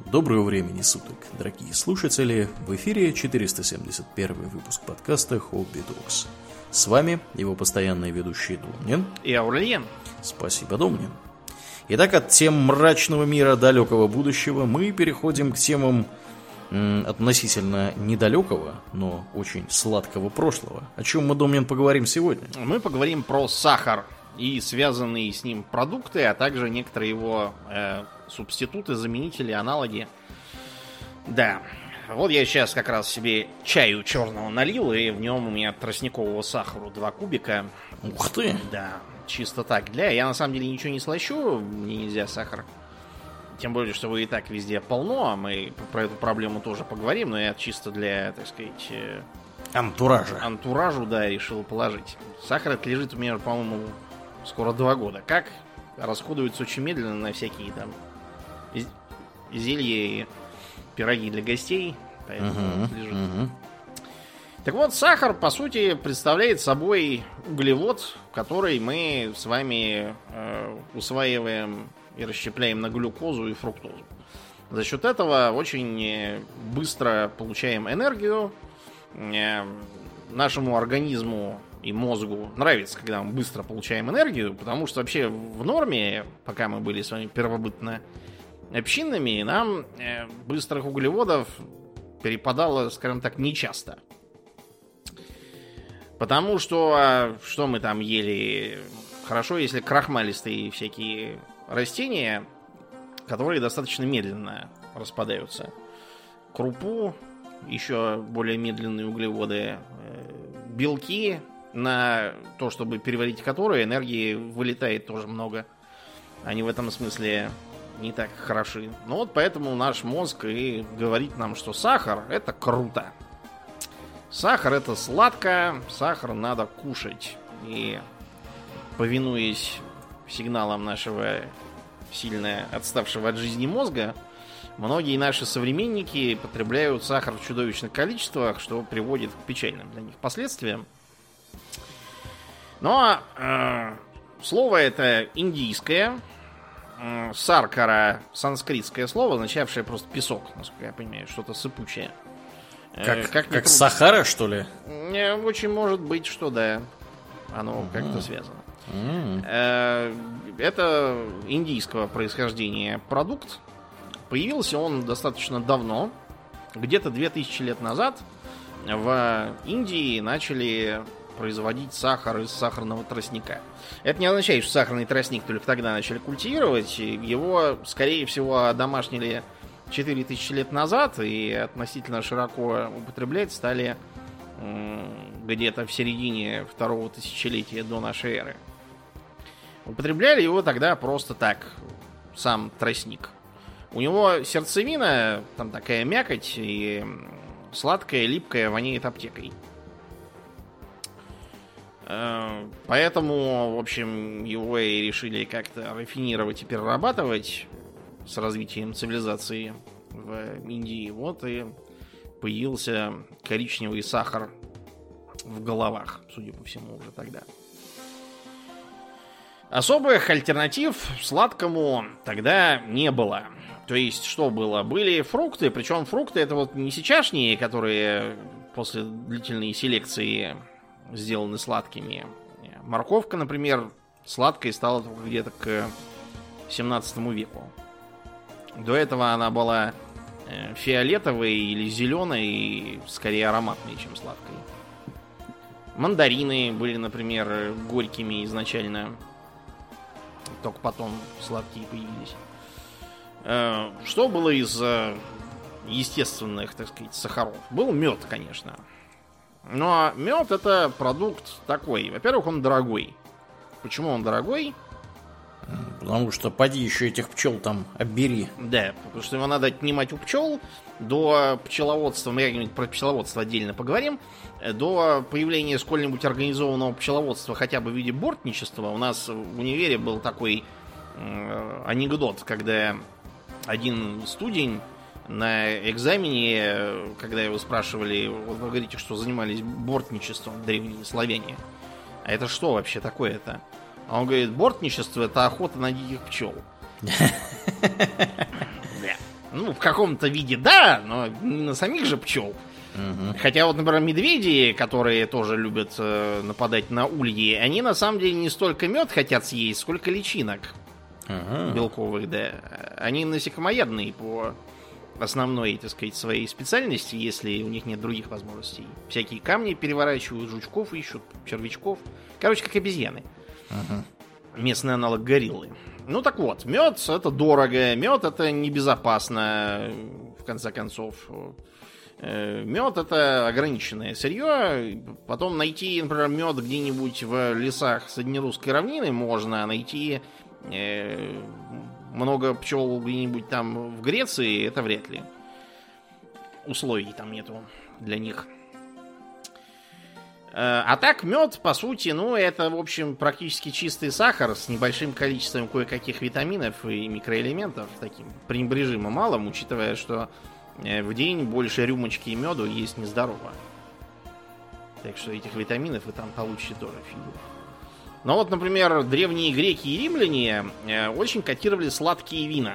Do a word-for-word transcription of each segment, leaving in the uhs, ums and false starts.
Доброго времени суток, дорогие слушатели. В эфире четыреста семьдесят первый выпуск подкаста Hobby Talks. С вами его постоянные ведущие Домнин и Аурлиен. Спасибо, Домнин. Итак, от тем мрачного мира далекого будущего мы переходим к темам м, относительно недалекого, но очень сладкого прошлого. О чем мы, Домнин, поговорим сегодня? Мы поговорим про сахар и связанные с ним продукты, а также некоторые его э, субституты, заменители, аналоги. Да, вот я сейчас как раз себе чаю черного налил, и в нем у меня тростникового сахара два кубика. Ух ты! Да, чисто так. Для я на самом деле ничего не слащу, мне нельзя сахар. Тем более, что его и так везде полно, а мы про эту проблему тоже поговорим, но я чисто для, так сказать... Э, антуража. Антуражу, да, решил положить. Сахар это лежит у меня, по-моему, скоро два года. Как? Расходуется очень медленно на всякие там зелья и пироги для гостей. Поэтому uh-huh, лежит. Uh-huh. Так вот, сахар, по сути, представляет собой углевод, который мы с вами э, усваиваем и расщепляем на глюкозу и фруктозу. За счет этого очень быстро получаем энергию. Э, нашему организму и мозгу нравится, когда мы быстро получаем энергию, потому что вообще в норме, пока мы были с вами первобытно общинными, нам э, быстрых углеводов перепадало, скажем так, нечасто. Потому что, что мы там ели? Хорошо, если крахмалистые всякие растения, которые достаточно медленно распадаются. Крупу, еще более медленные углеводы, белки, на то, чтобы переварить которые, энергии вылетает тоже много. Они в этом смысле не так хороши. Ну вот поэтому наш мозг и говорит нам, что сахар — это круто. Сахар — это сладко, сахар надо кушать. И, повинуясь сигналам нашего сильно отставшего от жизни мозга, многие наши современники потребляют сахар в чудовищных количествах, что приводит к печальным для них последствиям. Но э, слово это индийское. Э, саркара — санскритское слово, означавшее просто песок, насколько я понимаю, что-то сыпучее. Как, э, как, как Сахара, что ли? Э, очень может быть, что да. Оно uh-huh. как-то связано. Uh-huh. Э, это индийского происхождения продукт. Появился он достаточно давно. Где-то две тысячи лет назад в Индии начали производить сахар из сахарного тростника. Это не означает, что сахарный тростник только тогда начали культивировать. Его, скорее всего, одомашнили четыре тысячи лет назад и относительно широко употреблять стали где-то в середине второго тысячелетия до нашей эры. Употребляли его тогда просто так, сам тростник. У него сердцевина, там такая мякоть, и сладкая, липкая, воняет аптекой. Поэтому, в общем, его и решили как-то рафинировать и перерабатывать с развитием цивилизации в Индии. Вот и появился коричневый сахар в головах, судя по всему, уже тогда. Особых альтернатив сладкому тогда не было. То есть, что было? Были фрукты, причем фрукты это вот не сейчасшние, которые после длительной селекции сделаны сладкими. Морковка, например, сладкой стала только где-то к семнадцатому веку. До этого она была фиолетовой или зеленой, и скорее ароматной, чем сладкой. Мандарины были, например, горькими изначально. Только потом сладкие появились. Что было из естественных, так сказать, сахаров? Был мед, конечно. Но мед это продукт такой. Во-первых, он дорогой. Почему он дорогой? Потому что поди еще этих пчел там оббери. Да, потому что его надо отнимать у пчел. До пчеловодства, мы как-нибудь про пчеловодство отдельно поговорим. До появления сколь-нибудь организованного пчеловодства хотя бы в виде бортничества. У нас в универе был такой э, анекдот, когда один студень на экзамене, когда его спрашивали, вот вы говорите, что занимались бортничеством древние славяне. А это что вообще такое-то? А он говорит, бортничество — это охота на диких пчел. Ну, в каком-то виде да, но не на самих же пчел. Угу. Хотя вот, например, медведи, которые тоже любят э, нападать на ульи, они на самом деле не столько мед хотят съесть, сколько личинок угу. белковых, да. Они насекомоядные по основной, так сказать, своей специальности, если у них нет других возможностей. Всякие камни переворачивают, жучков ищут, червячков. Короче, как обезьяны. Угу. Местный аналог гориллы. Ну так вот, мед это дорого, мед это небезопасно, в конце концов. Мед это ограниченное сырье. Потом найти, например, мед где-нибудь в лесах Среднерусской равнины можно, найти э, много пчел где-нибудь там в Греции, это вряд ли. Условий там нету для них. А так, мед, по сути, ну, это, в общем, практически чистый сахар с небольшим количеством кое-каких витаминов и микроэлементов, таким пренебрежимо малым, учитывая, что в день больше рюмочки меду есть нездорово. Так что этих витаминов вы там получите тоже фигу. Но вот, например, древние греки и римляне очень котировали сладкие вина.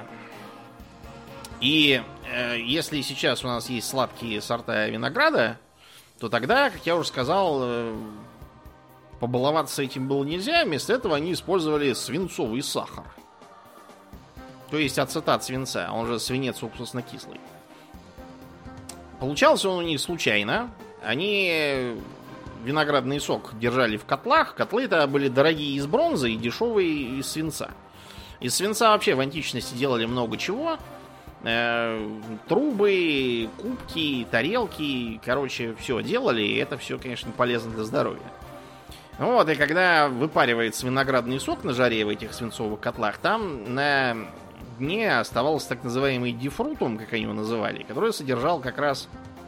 И э, если сейчас у нас есть сладкие сорта винограда, то тогда, как я уже сказал, э, побаловаться этим было нельзя. Вместо этого они использовали свинцовый сахар. То есть ацетат свинца, он же свинец уксусно-кислый. Получался он у них случайно. Они виноградный сок держали в котлах. Котлы-то были дорогие из бронзы и дешевые из свинца. Из свинца вообще в античности делали много чего. Э, трубы, кубки, тарелки. Короче, все делали. И это все, конечно, полезно для здоровья. Вот, и когда выпаривается виноградный сок на жаре в этих свинцовых котлах, там на дне оставался так называемый дифрутум, как они его называли, который содержал как раз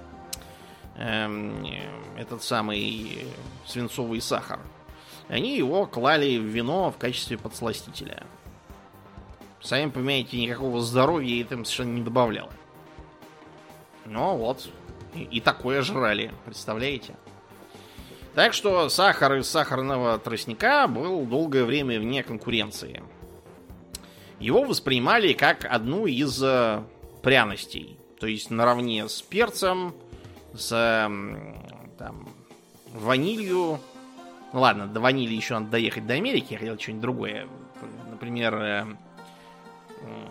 эм, этот самый свинцовый сахар. Они его клали в вино в качестве подсластителя. Сами понимаете, никакого здоровья этим совершенно не добавляло. Ну вот, и, и такое жрали, представляете? Так что сахар из сахарного тростника был долгое время вне конкуренции. Его воспринимали как одну из э, пряностей. То есть наравне с перцем, с э, там, ванилью. Ну ладно, до ванили еще надо доехать до Америки. Я хотел что-нибудь другое. Например, э, э,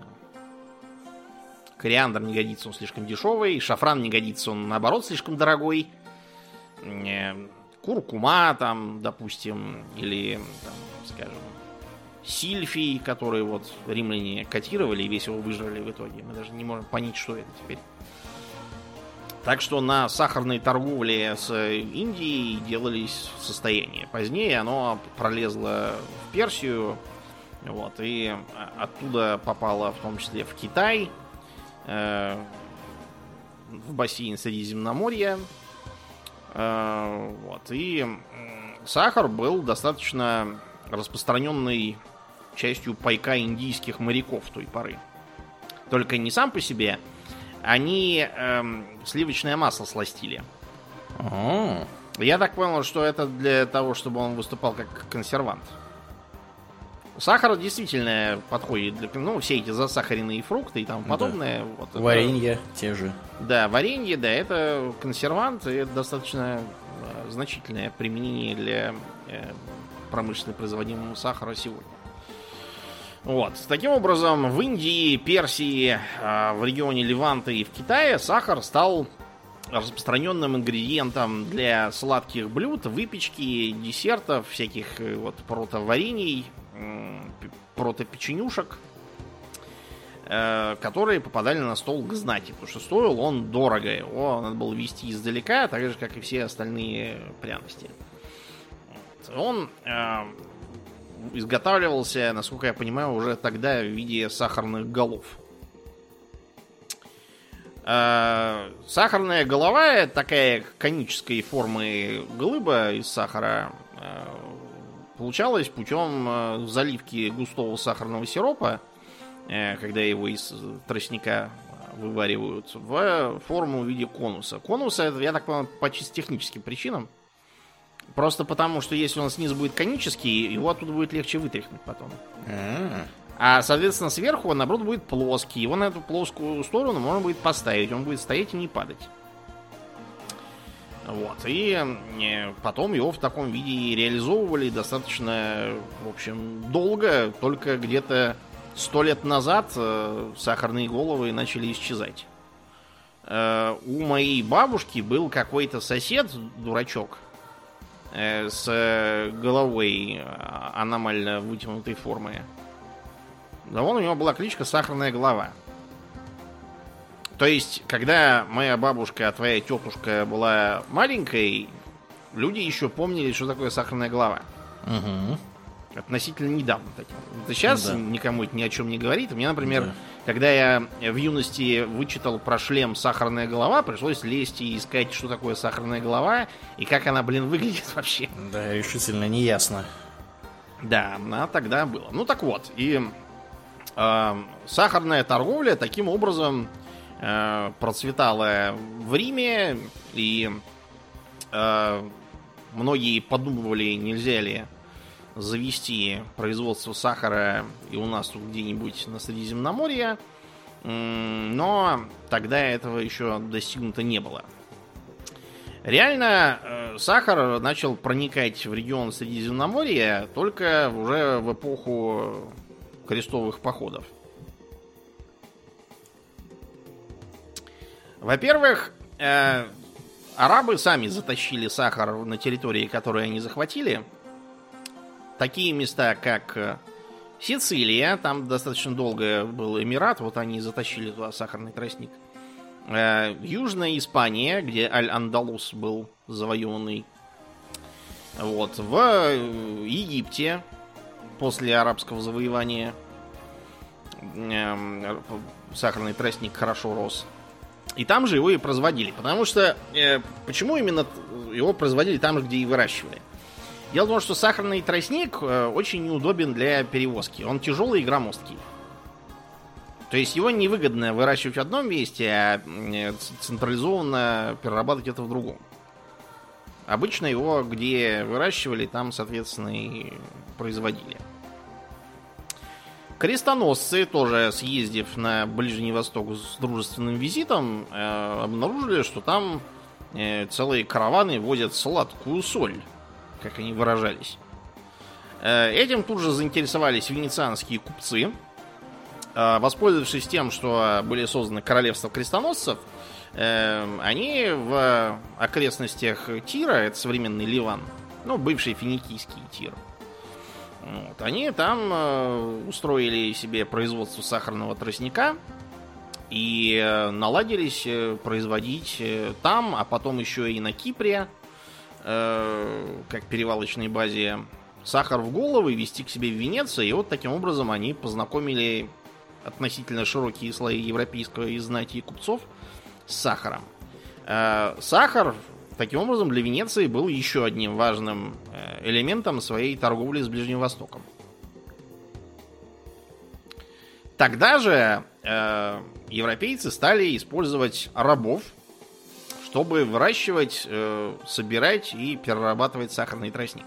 кориандр не годится, он слишком дешевый. Шафран не годится, он наоборот слишком дорогой. Э, куркума там, допустим, или, там, скажем, сильфий, который вот римляне котировали и весь его выжрали в итоге. Мы даже не можем понять, что это теперь. Так что на сахарной торговле с Индией делались состояния. Позднее оно пролезло в Персию, вот, и оттуда попало в том числе в Китай, э, в бассейн Средиземноморья. Э, вот, и сахар был достаточно распространенной частью пайка индийских моряков той поры. Только не сам по себе, они эм, сливочное масло сластили. Oh. Я так понял, что это для того, чтобы он выступал как консервант. Сахар действительно подходит для, ну, все эти засахаренные фрукты и тому подобное. Да. Вот варенье это, те же. Да, варенье, да, это консервант, и это достаточно э, значительное применение для э, промышленно производимого сахара сегодня. Вот. Таким образом, в Индии, Персии, в регионе Леванта и в Китае сахар стал распространенным ингредиентом для сладких блюд, выпечки, десертов, всяких вот протоварений, протопеченюшек, которые попадали на стол к знати, потому что стоил он дорого. Его надо было везти издалека, так же, как и все остальные пряности. Он э, изготавливался, насколько я понимаю, уже тогда в виде сахарных голов. Э, сахарная голова, это такая конической формы глыба из сахара, э, получалась путем э, заливки густого сахарного сиропа, э, когда его из тростника вываривают, в форму в виде конуса. Конуса, это, я так понимаю, по чисто техническим причинам. Просто потому, что если он снизу будет конический, его оттуда будет легче вытряхнуть потом. А-а-а. А, соответственно, сверху он, наоборот, будет плоский. Его на эту плоскую сторону можно будет поставить. Он будет стоять и не падать. Вот. И э, потом его в таком виде и реализовывали достаточно, в общем, долго. Только где-то сто лет назад э, сахарные головы начали исчезать. Э, у моей бабушки был какой-то сосед, дурачок, э, с головой аномально вытянутой формы. Да вон у него была кличка «Сахарная голова». То есть, когда моя бабушка, твоя тетушка была маленькой, люди еще помнили, что такое сахарная голова. Угу. Относительно недавно таким. Это сейчас да. никому это ни о чем не говорит. Мне, например, да. когда я в юности вычитал про шлем «Сахарная голова», пришлось лезть и искать, что такое сахарная голова и как она, блин, выглядит вообще. Да, решительно неясно. Да, а тогда было. Ну так вот, и э, сахарная торговля таким образом процветала в Риме, и э, многие подумывали, нельзя ли завести производство сахара и у нас тут где-нибудь на Средиземноморье, но тогда этого еще достигнуто не было. Реально, э, сахар начал проникать в регион Средиземноморья только уже в эпоху крестовых походов. Во-первых, э, арабы сами затащили сахар на территории, которые они захватили. Такие места, как Сицилия, там достаточно долго был Эмират, вот они затащили туда сахарный тростник. Э, Южная Испания, где Аль-Андалус был завоеванный. Вот. В Египте после арабского завоевания э, сахарный тростник хорошо рос. И там же его и производили. Потому что... Э, почему именно его производили там же, где и выращивали? Дело в том, что сахарный тростник э, очень неудобен для перевозки. Он тяжелый и громоздкий. То есть его невыгодно выращивать в одном месте, а э, централизованно перерабатывать это в другом. Обычно его где выращивали, там, соответственно, и производили. Крестоносцы, тоже съездив на Ближний Восток с дружественным визитом, э, обнаружили, что там э, целые караваны возят сладкую соль, как они выражались. Э, этим тут же заинтересовались венецианские купцы. Э, воспользовавшись тем, что были созданы королевства крестоносцев, э, они в окрестностях Тира, это современный Ливан, ну, бывший финикийский Тир, вот, они там э, устроили себе производство сахарного тростника и э, наладились э, производить э, там, а потом еще и на Кипре, э, как перевалочной базе, сахар в головы, везти к себе в Венецию. И вот таким образом они познакомили относительно широкие слои европейского и знати и купцов с сахаром. Э, сахар... Таким образом, для Венеции был еще одним важным элементом своей торговли с Ближним Востоком. Тогда же э, европейцы стали использовать рабов, чтобы выращивать, э, собирать и перерабатывать сахарный тростник.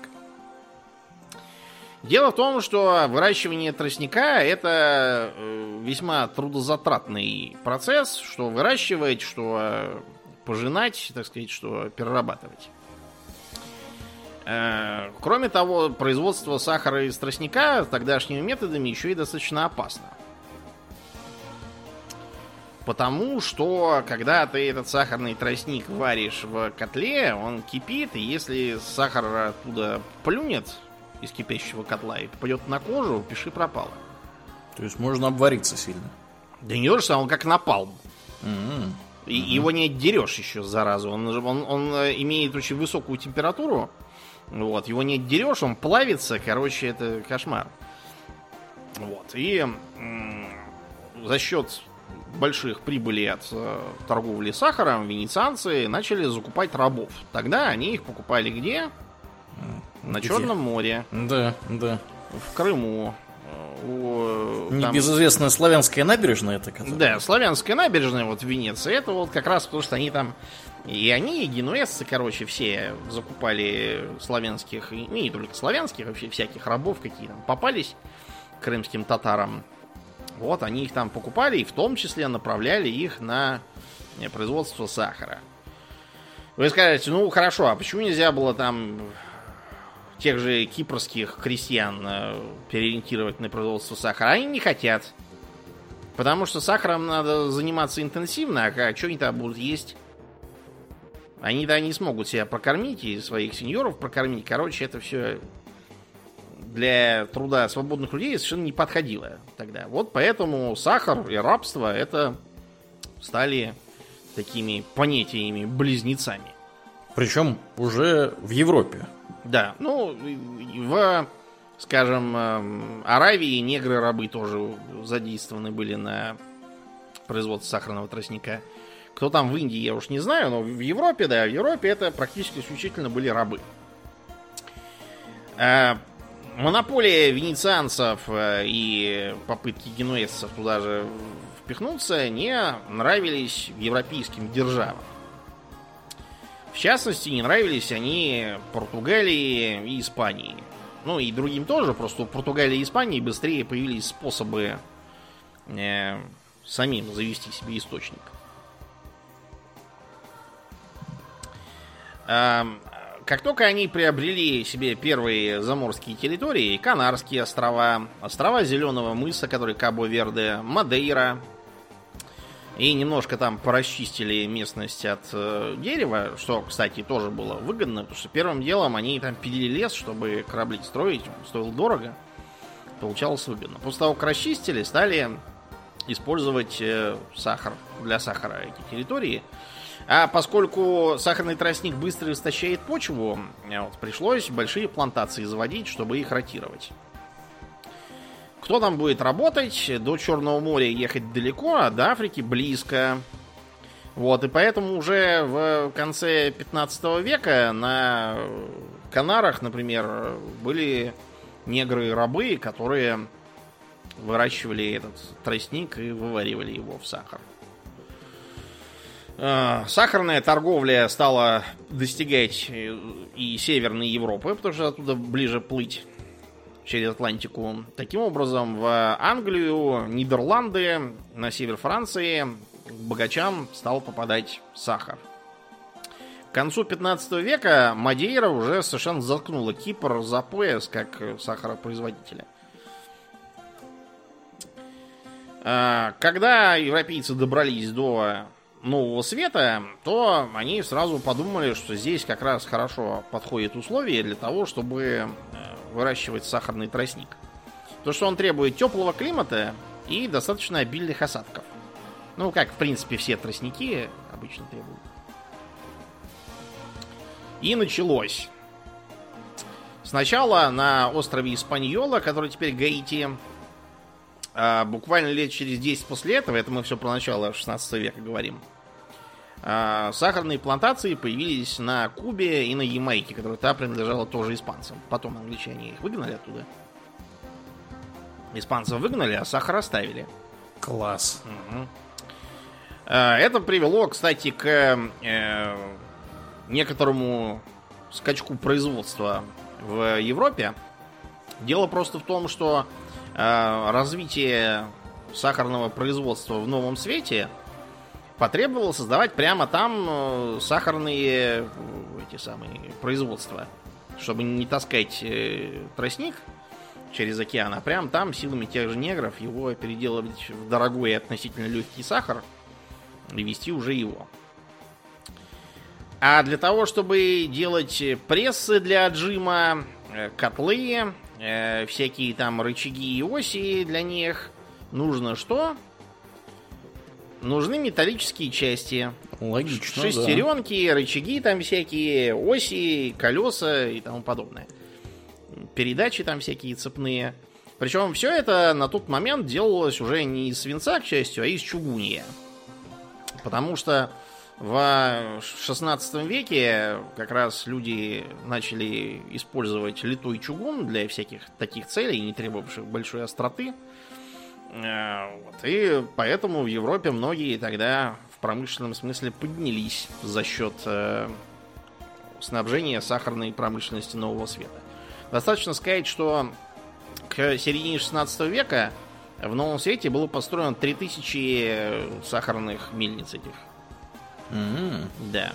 Дело в том, что выращивание тростника — это э, весьма трудозатратный процесс, что выращивать, что пожинать, так сказать, что перерабатывать. Э, кроме того, производство сахара из тростника тогдашними методами еще и достаточно опасно. Потому что, когда ты этот сахарный тростник варишь в котле, он кипит, и если сахар оттуда плюнет из кипящего котла и попадет на кожу, пиши пропало. То есть можно обвариться сильно? Да не то же самое, он как напалм. Mm-hmm. И mm-hmm. его не отдерешь еще, заразу. Он, он, он имеет очень высокую температуру. Вот, его не отдерешь, он плавится. Короче, это кошмар. Вот. И м- за счет больших прибылей от э, торговли сахаром венецианцы начали закупать рабов. Тогда они их покупали где? На где? Черном море. Да, да. В Крыму. У, Небезызвестная там... славянская набережная это, которая... Да, славянская набережная вот в Венеции. Это вот как раз потому, что они там... И они, и генуэзцы, короче, все закупали славянских, и не только славянских, вообще всяких рабов, какие там попались. крымским татарам. Вот, они их там покупали и в том числе направляли их на производство сахара. Вы скажете, ну хорошо, а почему нельзя было там тех же кипрских крестьян переориентировать на производство сахара? Они не хотят. Потому что сахаром надо заниматься интенсивно, а что они там будут есть? Они-то не смогут себя прокормить и своих сеньоров прокормить. Короче, это все для труда свободных людей совершенно не подходило тогда. Вот поэтому сахар и рабство это стали такими понятиями-близнецами. Причем уже в Европе. Да, ну, в, скажем, Аравии негры-рабы тоже задействованы были на производство сахарного тростника. Кто там в Индии, я уж не знаю, но в Европе, да, в Европе это практически исключительно были рабы. А монополия венецианцев и попытки генуэзцев туда же впихнуться не нравились европейским державам. В частности, не нравились они Португалии и Испании. Ну и другим тоже, просто у Португалии и Испании быстрее появились способы э, самим завести себе источник. Э, как только они приобрели себе первые заморские территории, Канарские острова, острова Зеленого мыса, который Кабо-Верде, Мадейра, и немножко там порасчистили местность от э, дерева, что, кстати, тоже было выгодно, потому что первым делом они там пилили лес, чтобы корабли строить, стоило дорого, получалось выгодно. После того, как расчистили, стали использовать э, сахар для сахара эти территории. А поскольку сахарный тростник быстро истощает почву, вот, пришлось большие плантации заводить, чтобы их ротировать. Кто там будет работать? До Черного моря ехать далеко, а до Африки близко. Вот, и поэтому уже в конце пятнадцатого века на Канарах, например, были негры-рабы, которые выращивали этот тростник и вываривали его в сахар. Сахарная торговля стала достигать и Северной Европы, потому что оттуда ближе плыть через Атлантику. Таким образом, в Англию, Нидерланды, на север Франции к богачам стал попадать сахар. К концу пятнадцатого века Мадейра уже совершенно заткнула Кипр за пояс как сахаропроизводителя. Когда европейцы добрались до Нового Света, то они сразу подумали, что здесь как раз хорошо подходят условия для того, чтобы выращивать сахарный тростник. Потому что он требует теплого климата и достаточно обильных осадков. Ну, как, в принципе, все тростники обычно требуют. И началось. Сначала на острове Испаньола, который теперь Гаити, буквально лет через десять после этого, это мы все про начало шестнадцатого века говорим, сахарные плантации появились на Кубе и на Ямайке, которая та принадлежала тоже испанцам. Потом англичане их выгнали оттуда. Испанцев выгнали, а сахар оставили. Класс. Угу. Это привело, кстати, к э, некоторому скачку производства в Европе. Дело просто в том, что э, развитие сахарного производства в Новом Свете потребовало создавать прямо там сахарные эти самые производства, чтобы не таскать тростник через океан, а прямо там силами тех же негров его переделывать в дорогой и относительно легкий сахар и везти уже его. А для того, чтобы делать прессы для отжима, котлы, всякие там рычаги и оси для них, нужно что? Нужны металлические части. Логично, шестеренки, да. Рычаги там всякие, оси, колеса и тому подобное. Передачи там всякие цепные. Причем все это на тот момент делалось уже не из свинца, к счастью, а из чугуния. Потому что в шестнадцатом веке как раз люди начали использовать литой чугун для всяких таких целей, не требовавших большой остроты. Вот. И поэтому в Европе многие тогда в промышленном смысле поднялись за счет э, снабжения сахарной промышленности Нового Света. Достаточно сказать, что К середине шестнадцатого века в Новом Свете было построено три тысячи сахарных мельниц этих. Mm-hmm. Да.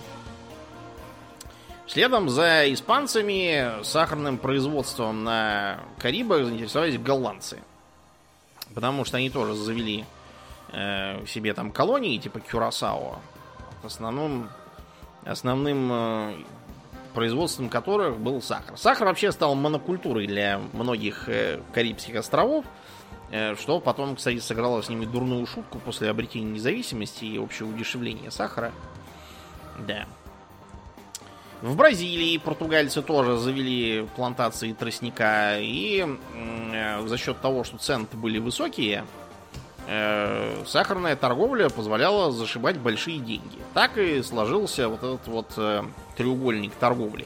Следом за испанцами сахарным производством на Карибах заинтересовались голландцы. Потому что они тоже завели э, себе там колонии, типа Кюрасао. В основном, основным э, производством которых был сахар. Сахар вообще стал монокультурой для многих э, Карибских островов, э, что потом, кстати, сыграло с ними дурную шутку после обретения независимости и общего удешевления сахара. Да. В Бразилии португальцы тоже завели плантации тростника, и э, за счет того, что цены были высокие, э, сахарная торговля позволяла зашибать большие деньги. Так и сложился вот этот вот э, треугольник торговли.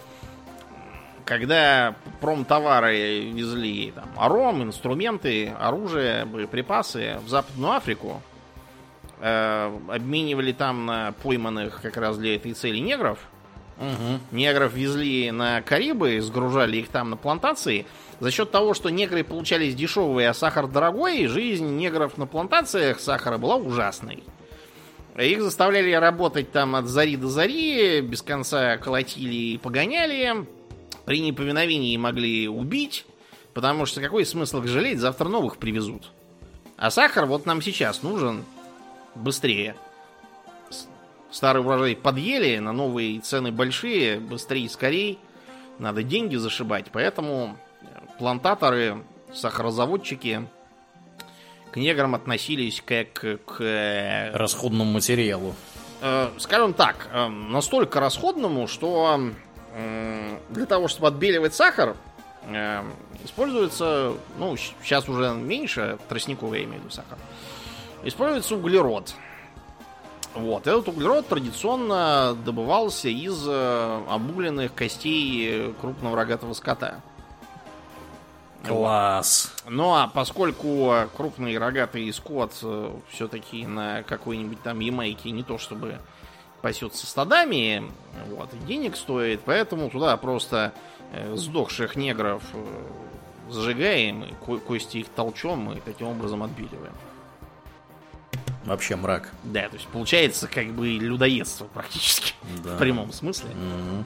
Когда промтовары везли там, аром, инструменты, оружие, боеприпасы в Западную Африку, э, обменивали там на пойманных как раз для этой цели негров. Угу. Негров везли на Карибы, сгружали их там на плантации. За счет того, что негры получались дешевые, а сахар дорогой, жизнь негров на плантациях сахара была ужасной. Их заставляли работать там от зари до зари, без конца колотили и погоняли. При неповиновении могли убить, потому что какой смысл их жалеть, завтра новых привезут. А сахар вот нам сейчас нужен быстрее. Старый урожай подъели, на новые цены большие, быстрее и скорей. Надо деньги зашибать, поэтому плантаторы, сахарозаводчики к неграм относились как к... расходному материалу. Э, скажем так, э, настолько расходному, что э, для того, чтобы отбеливать сахар, э, используется, ну, сейчас уже меньше, тростниковый, я имею в виду сахар, используется углерод. Вот, этот углерод традиционно добывался из э, обугленных костей крупного рогатого скота. Класс. Вот. Ну а поскольку крупный рогатый скот э, все-таки на какой-нибудь там Ямайке не то чтобы пасется стадами, вот, и денег стоит, поэтому туда просто э, сдохших негров э, сжигаем, и ко- кости их толчем и таким образом отбеливаем. Вообще мрак. Да, то есть получается как бы людоедство практически. Да. В прямом смысле. Mm-hmm.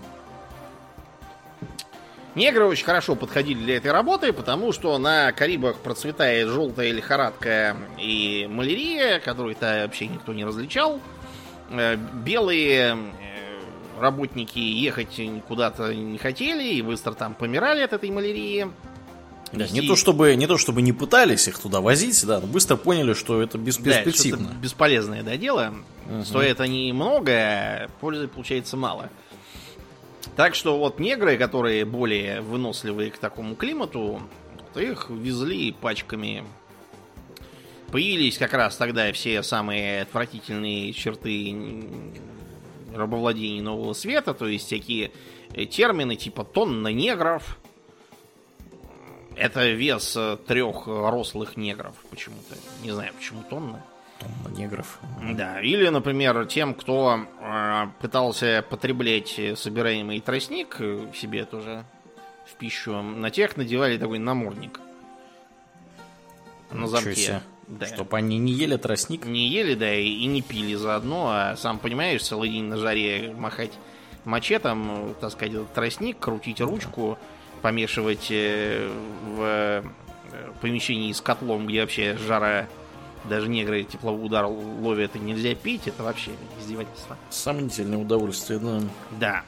Негры очень хорошо подходили для этой работы, потому что на Карибах процветает желтая лихорадка и малярия, которую-то вообще никто не различал. Белые работники ехать куда-то не хотели и быстро там помирали от этой малярии. Да, не, то, чтобы, не то чтобы не пытались их туда возить, да, но быстро поняли, что это бесперспективно. Да, бесполезное да, дело. Угу. Стоит они много, пользы получается мало. Так что вот негры, которые более выносливые к такому климату, вот их везли пачками. Появились как раз тогда все самые отвратительные черты рабовладения Нового Света, то есть всякие термины типа тонна негров. Это вес трех рослых негров почему-то. Не знаю, почему тонна. Тонна негров. Да, или, например, тем, кто э, пытался потреблять собираемый тростник себе тоже в пищу, на тех надевали такой намордник на замке. Да. Чтоб они не ели тростник? Не ели, да, и, и не пили заодно, а сам понимаешь, целый день на жаре махать мачетом, таскать этот тростник, крутить ручку, помешивать в помещении с котлом, где вообще жара, даже негры тепловой удар ловят и нельзя пить, это вообще издевательство. Сомнительное удовольствие, да. Да.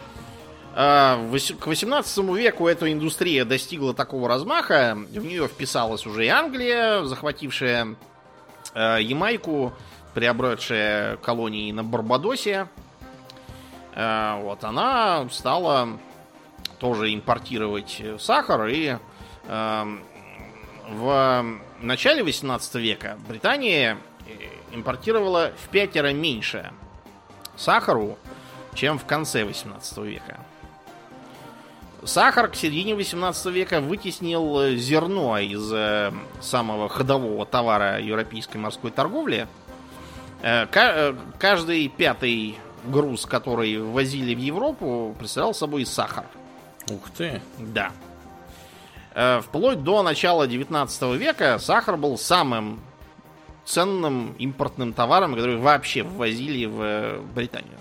К восемнадцатому веку эта индустрия достигла такого размаха, в нее вписалась уже и Англия, захватившая Ямайку, приобретшая колонии на Барбадосе. Вот, она стала тоже импортировать сахар, и э, в начале восемнадцатого века Британия импортировала в пятеро меньше сахару, чем в конце восемнадцатого века. Сахар к середине восемнадцатого века вытеснил зерно из э, самого ходового товара европейской морской торговли. Э, к- каждый пятый груз, который возили в Европу, представлял собой сахар. Ух ты. Да. Вплоть до начала девятнадцатого века сахар был самым ценным импортным товаром, который вообще ввозили в Британию.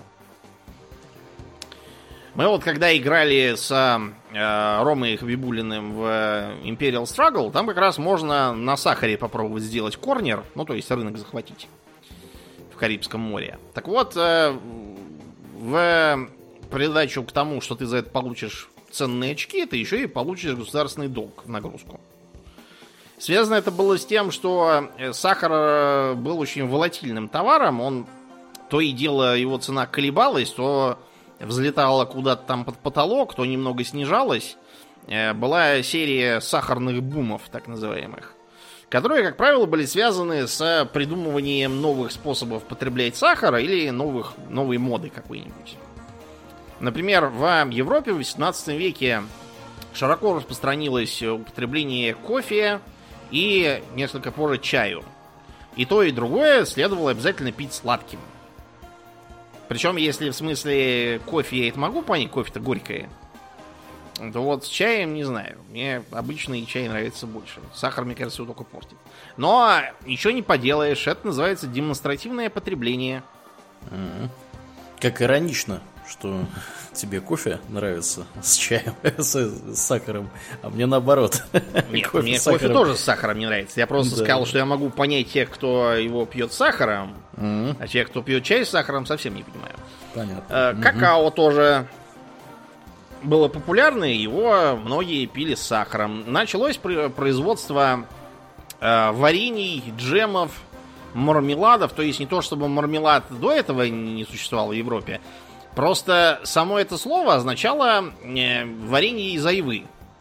Мы вот когда играли с э, Ромой Хабибулиным в Imperial Struggle, там как раз можно на сахаре попробовать сделать корнер, ну то есть рынок захватить в Карибском море. Так вот, э, в придачу к тому, что ты за это получишь ценные очки, ты еще и получишь государственный долг в нагрузку. Связано это было с тем, что сахар был очень волатильным товаром, он то и дело его цена колебалась, то взлетала куда-то там под потолок, то немного снижалась. Была серия сахарных бумов, так называемых, которые, как правило, были связаны с придумыванием новых способов потреблять сахар или новых, новой моды какой-нибудь. Например, в Европе в восемнадцатом веке широко распространилось употребление кофе и несколько позже чаю. И то, и другое следовало обязательно пить сладким. Причем, если в смысле кофе я это могу понять, кофе-то горькое, то вот с чаем не знаю. Мне обычный чай нравится больше. Сахар, мне кажется, его только портит. Но ничего не поделаешь. Это называется демонстративное потребление. Mm-hmm. Как иронично, что тебе кофе нравится с чаем, с, с сахаром, а мне наоборот. Нет, кофе мне кофе тоже с сахаром не нравится. Я просто да. сказал, что я могу понять тех, кто его пьет с сахаром, mm-hmm. а тех, кто пьет чай с сахаром, совсем не понимаю. Понятно. Э, какао mm-hmm. тоже было популярно, его многие пили с сахаром. Началось производство э, варений, джемов, мармеладов. То есть не то, чтобы мармелад до этого не существовал в Европе. Просто само это слово означало э, варенье из айвы.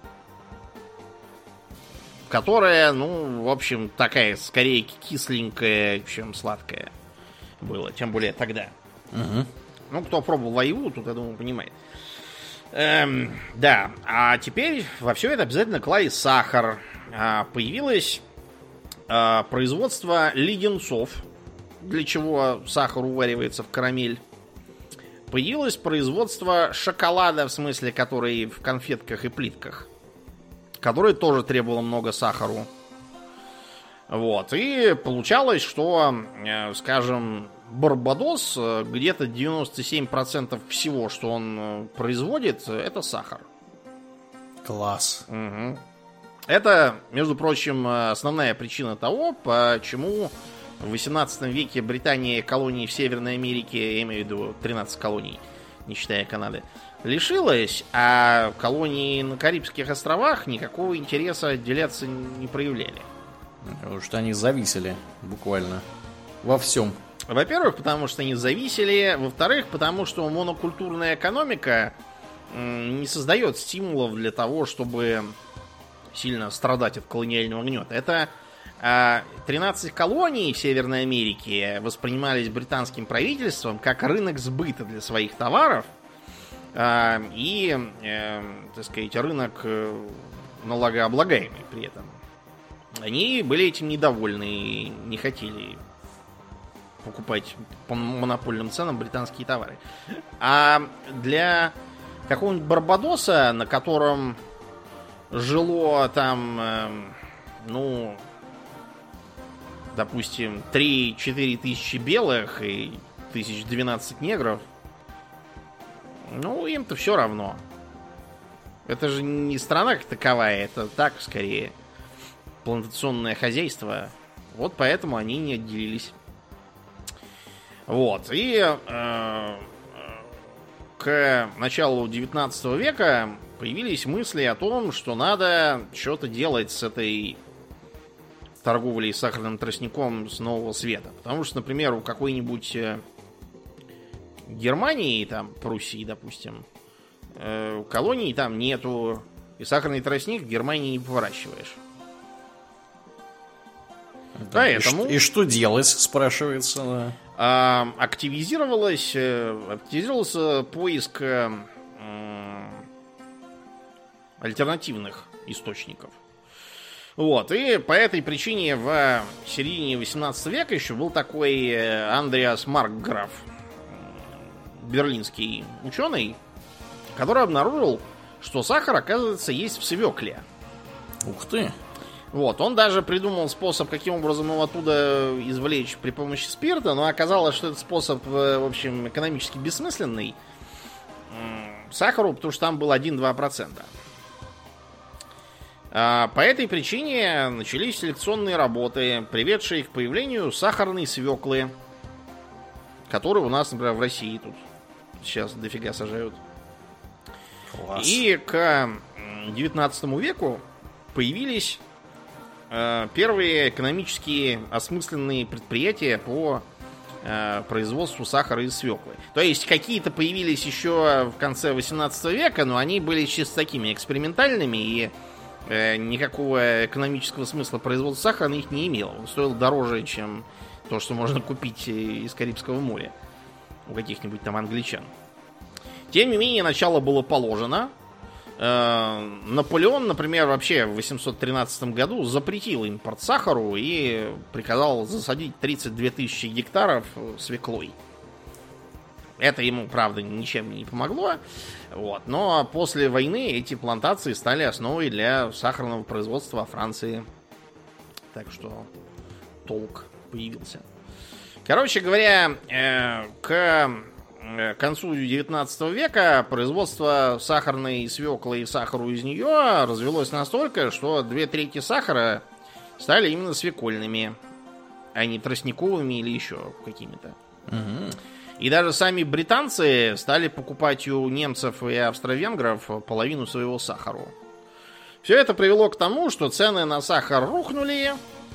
Которая, ну, в общем, такая скорее кисленькая, чем сладкая была. Тем более тогда. Угу. Ну, кто пробовал айву, тут, я думаю, понимает. Эм, да, а теперь во все это обязательно клали сахар. А, появилось а, производство леденцов, для чего сахар уваривается в карамель. Появилось производство шоколада, в смысле, который в конфетках и плитках, который тоже требовало много сахару. Вот, и получалось, что, скажем, Барбадос, где-то девяносто семь процентов всего, что он производит, это сахар. Класс. Угу. Это, между прочим, основная причина того, почему в восемнадцатом веке Британия колонии в Северной Америке, я имею в виду тринадцать колоний, не считая Канады, лишилась, а колонии на Карибских островах никакого интереса отделяться не проявляли. Потому что они зависели буквально во всем. Во-первых, потому что они зависели. Во-вторых, потому что монокультурная экономика не создает стимулов для того, чтобы сильно страдать от колониального гнета. Это тринадцать колоний в Северной Америке воспринимались британским правительством как рынок сбыта для своих товаров и, так сказать, рынок налогооблагаемый при этом. Они были этим недовольны и не хотели покупать по монопольным ценам британские товары. А для какого-нибудь Барбадоса, на котором жило там, ну, допустим, три-четыре тысячи белых и тысяч двенадцать негров, ну, им-то все равно. Это же не страна как таковая, это так, скорее, плантационное хозяйство. Вот поэтому они не отделились. Вот. И э, к началу девятнадцатого века появились мысли о том, что надо что-то делать с этой торговлей сахарным тростником с Нового Света. Потому что, например, у какой-нибудь Германии, там, Пруссии, допустим, э, колоний там нету, и сахарный тростник в Германии не выращиваешь. Да, Поэтому... И, и что делать, спрашивается. Да. А, активизировалось, активизировался поиск а, альтернативных источников. Вот, и по этой причине в середине восемнадцатого века еще был такой Андреас Маркграф, берлинский ученый, который обнаружил, что сахар, оказывается, есть в свекле. Ух ты! Вот, он даже придумал способ, каким образом его оттуда извлечь при помощи спирта, но оказалось, что этот способ, в общем, экономически бессмысленный. Сахару, потому что там был один-два процента. По этой причине начались селекционные работы, приведшие к появлению сахарной свеклы, которую у нас, например, в России тут сейчас дофига сажают. Класс. И к девятнадцатому веку появились э, первые экономически осмысленные предприятия по э, производству сахара из свеклы. То есть какие-то появились еще в конце восемнадцатого века, но они были чисто такими экспериментальными, и э, никакого экономического смысла производства сахара на них не имело. Он стоил дороже, чем то, что можно купить из Карибского моря у каких-нибудь там англичан. Тем не менее, начало было положено. Наполеон, например, вообще в восемьсот тринадцатом году запретил импорт сахару и приказал засадить тридцать две тысячи гектаров свеклой. Это ему, правда, ничем не помогло. Вот. Но после войны эти плантации стали основой для сахарного производства во Франции. Так что толк появился. Короче говоря, к К концу девятнадцатого века производство сахарной свеклы и сахару из нее развелось настолько, что две трети сахара стали именно свекольными, а не тростниковыми или еще какими-то. Угу. И даже сами британцы стали покупать у немцев и австро-венгров половину своего сахара. Все это привело к тому, что цены на сахар рухнули.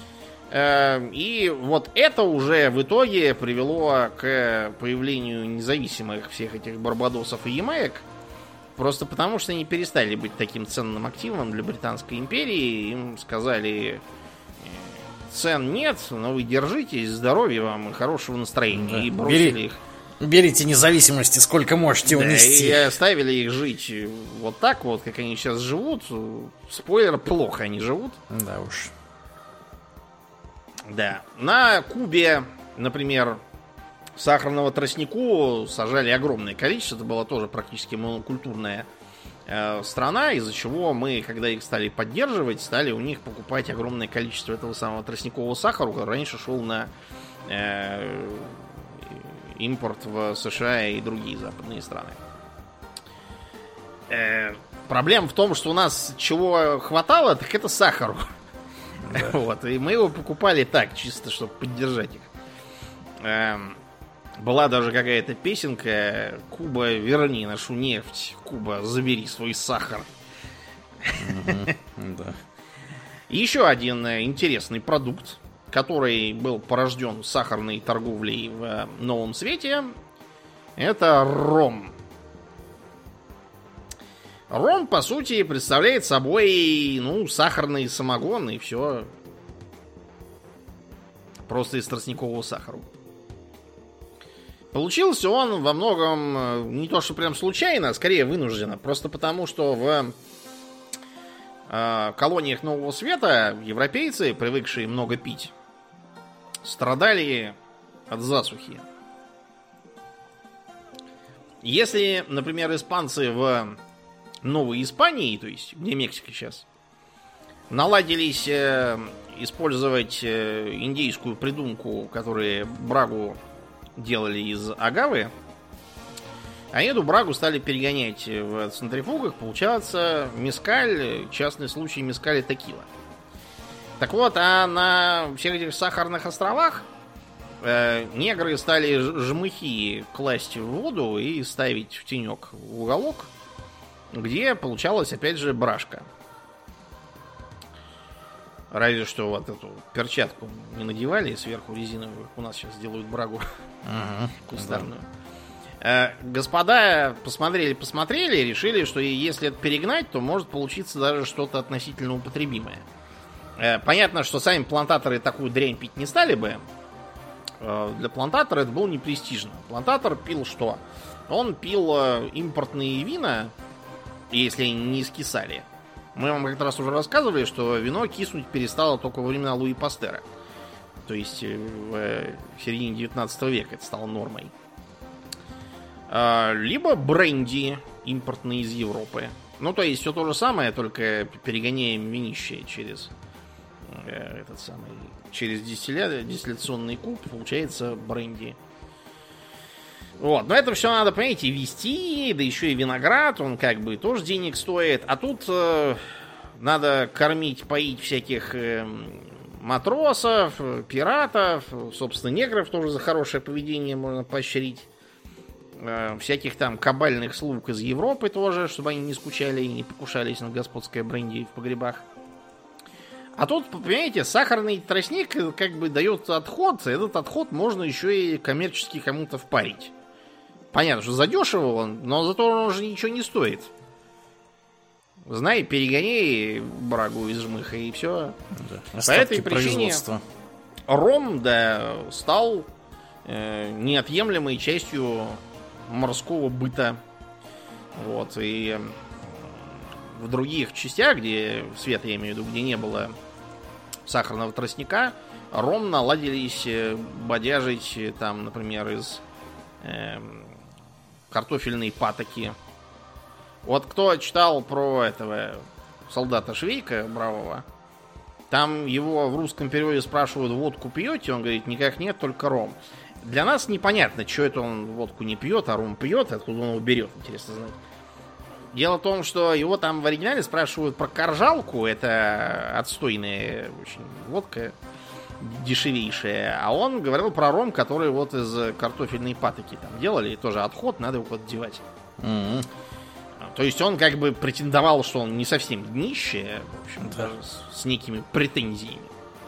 И вот это уже в итоге привело к появлению независимых всех этих барбадосов и ямаек. Просто потому, что они перестали быть таким ценным активом для Британской империи. Им сказали: цен нет, но вы держитесь, здоровья вам и хорошего настроения. Да. И бросили Бери, их. Берите независимости сколько можете да, унести. И оставили их жить вот так вот, как они сейчас живут. Спойлер, плохо они живут. Да уж. Да. На Кубе, например, сахарного тростнику сажали огромное количество. Это была тоже практически монокультурная э, страна, из-за чего мы, когда их стали поддерживать, стали у них покупать огромное количество этого самого тростникового сахара, который раньше шел на э, импорт в США и другие западные страны. Э, проблема в том, что у нас чего хватало, так это сахару. Да. Вот, и мы его покупали так, чисто, чтобы поддержать их. Эм, была даже какая-то песенка: Куба, верни нашу нефть, Куба, забери свой сахар. Да. Еще один интересный продукт, который был порожден сахарной торговлей в Новом Свете, это ром. Ром, по сути, представляет собой, ну, сахарный самогон и все. Просто из тростникового сахара. Получился он во многом не то что прям случайно, а скорее вынужденно. Просто потому, что в э, колониях Нового Света европейцы, привыкшие много пить, страдали от засухи. Если, например, испанцы в Новой Испании, то есть где Мексика сейчас, наладились э, использовать э, индейскую придумку, которые брагу делали из агавы, а эту брагу стали перегонять в центрифугах, получается мескаль, частный случай мескаль и текила. Так вот, а на всех этих сахарных островах э, негры стали жмыхи класть в воду и ставить в тенек в уголок, где получалась, опять же, брашка. Разве что вот эту перчатку не надевали сверху резиновую. У нас сейчас делают брагу uh-huh. кустарную. Да. Господа посмотрели-посмотрели, решили, что если это перегнать, то может получиться даже что-то относительно употребимое. Понятно, что сами плантаторы такую дрянь пить не стали бы. Для плантатора это было не престижно. Плантатор пил что? Он пил импортные вина, если они не скисали. Мы вам как-то раз уже рассказывали, что вино киснуть перестало только во времена Луи Пастера. То есть в середине девятнадцатого века это стало нормой. Либо бренди, импортные из Европы. Ну, то есть все то же самое, только перегоняем винище через э, этот самый, через дистилля... дистилляционный куб, получается бренди. Вот, но это все надо, понимаете, вести, да еще и виноград, он как бы тоже денег стоит. А тут э, надо кормить, поить всяких э, матросов, пиратов, собственно, негров тоже за хорошее поведение можно поощрить. Э, всяких там кабальных слуг из Европы тоже, чтобы они не скучали и не покушались на господское бренди в погребах. А тут, понимаете, сахарный тростник как бы дает отход, этот отход можно еще и коммерчески кому-то впарить. Понятно, что задешево он, но зато он уже ничего не стоит. Знай, перегони брагу из жмыха и все. Да. По этой причине ром, да, стал э, неотъемлемой частью морского быта. Вот, и в других частях, где свет, я имею в виду, где не было сахарного тростника, ром наладились бодяжить, там, например, из э, картофельной патоки. Вот кто читал про этого солдата Швейка бравого, там его в русском переводе спрашивают: водку пьете? Он говорит: никак нет, только ром. Для нас непонятно, что это он водку не пьет, а ром пьет, откуда он его берет, интересно знать. Дело в том, что его там в оригинале спрашивают про коржалку, это отстойная очень водка, дешевейшая, а он говорил про ром, который вот из картофельной патоки там делали, и тоже отход, надо его куда-то девать. Mm-hmm. То есть он как бы претендовал, что он не совсем днище, в общем, mm-hmm. даже с, с некими претензиями.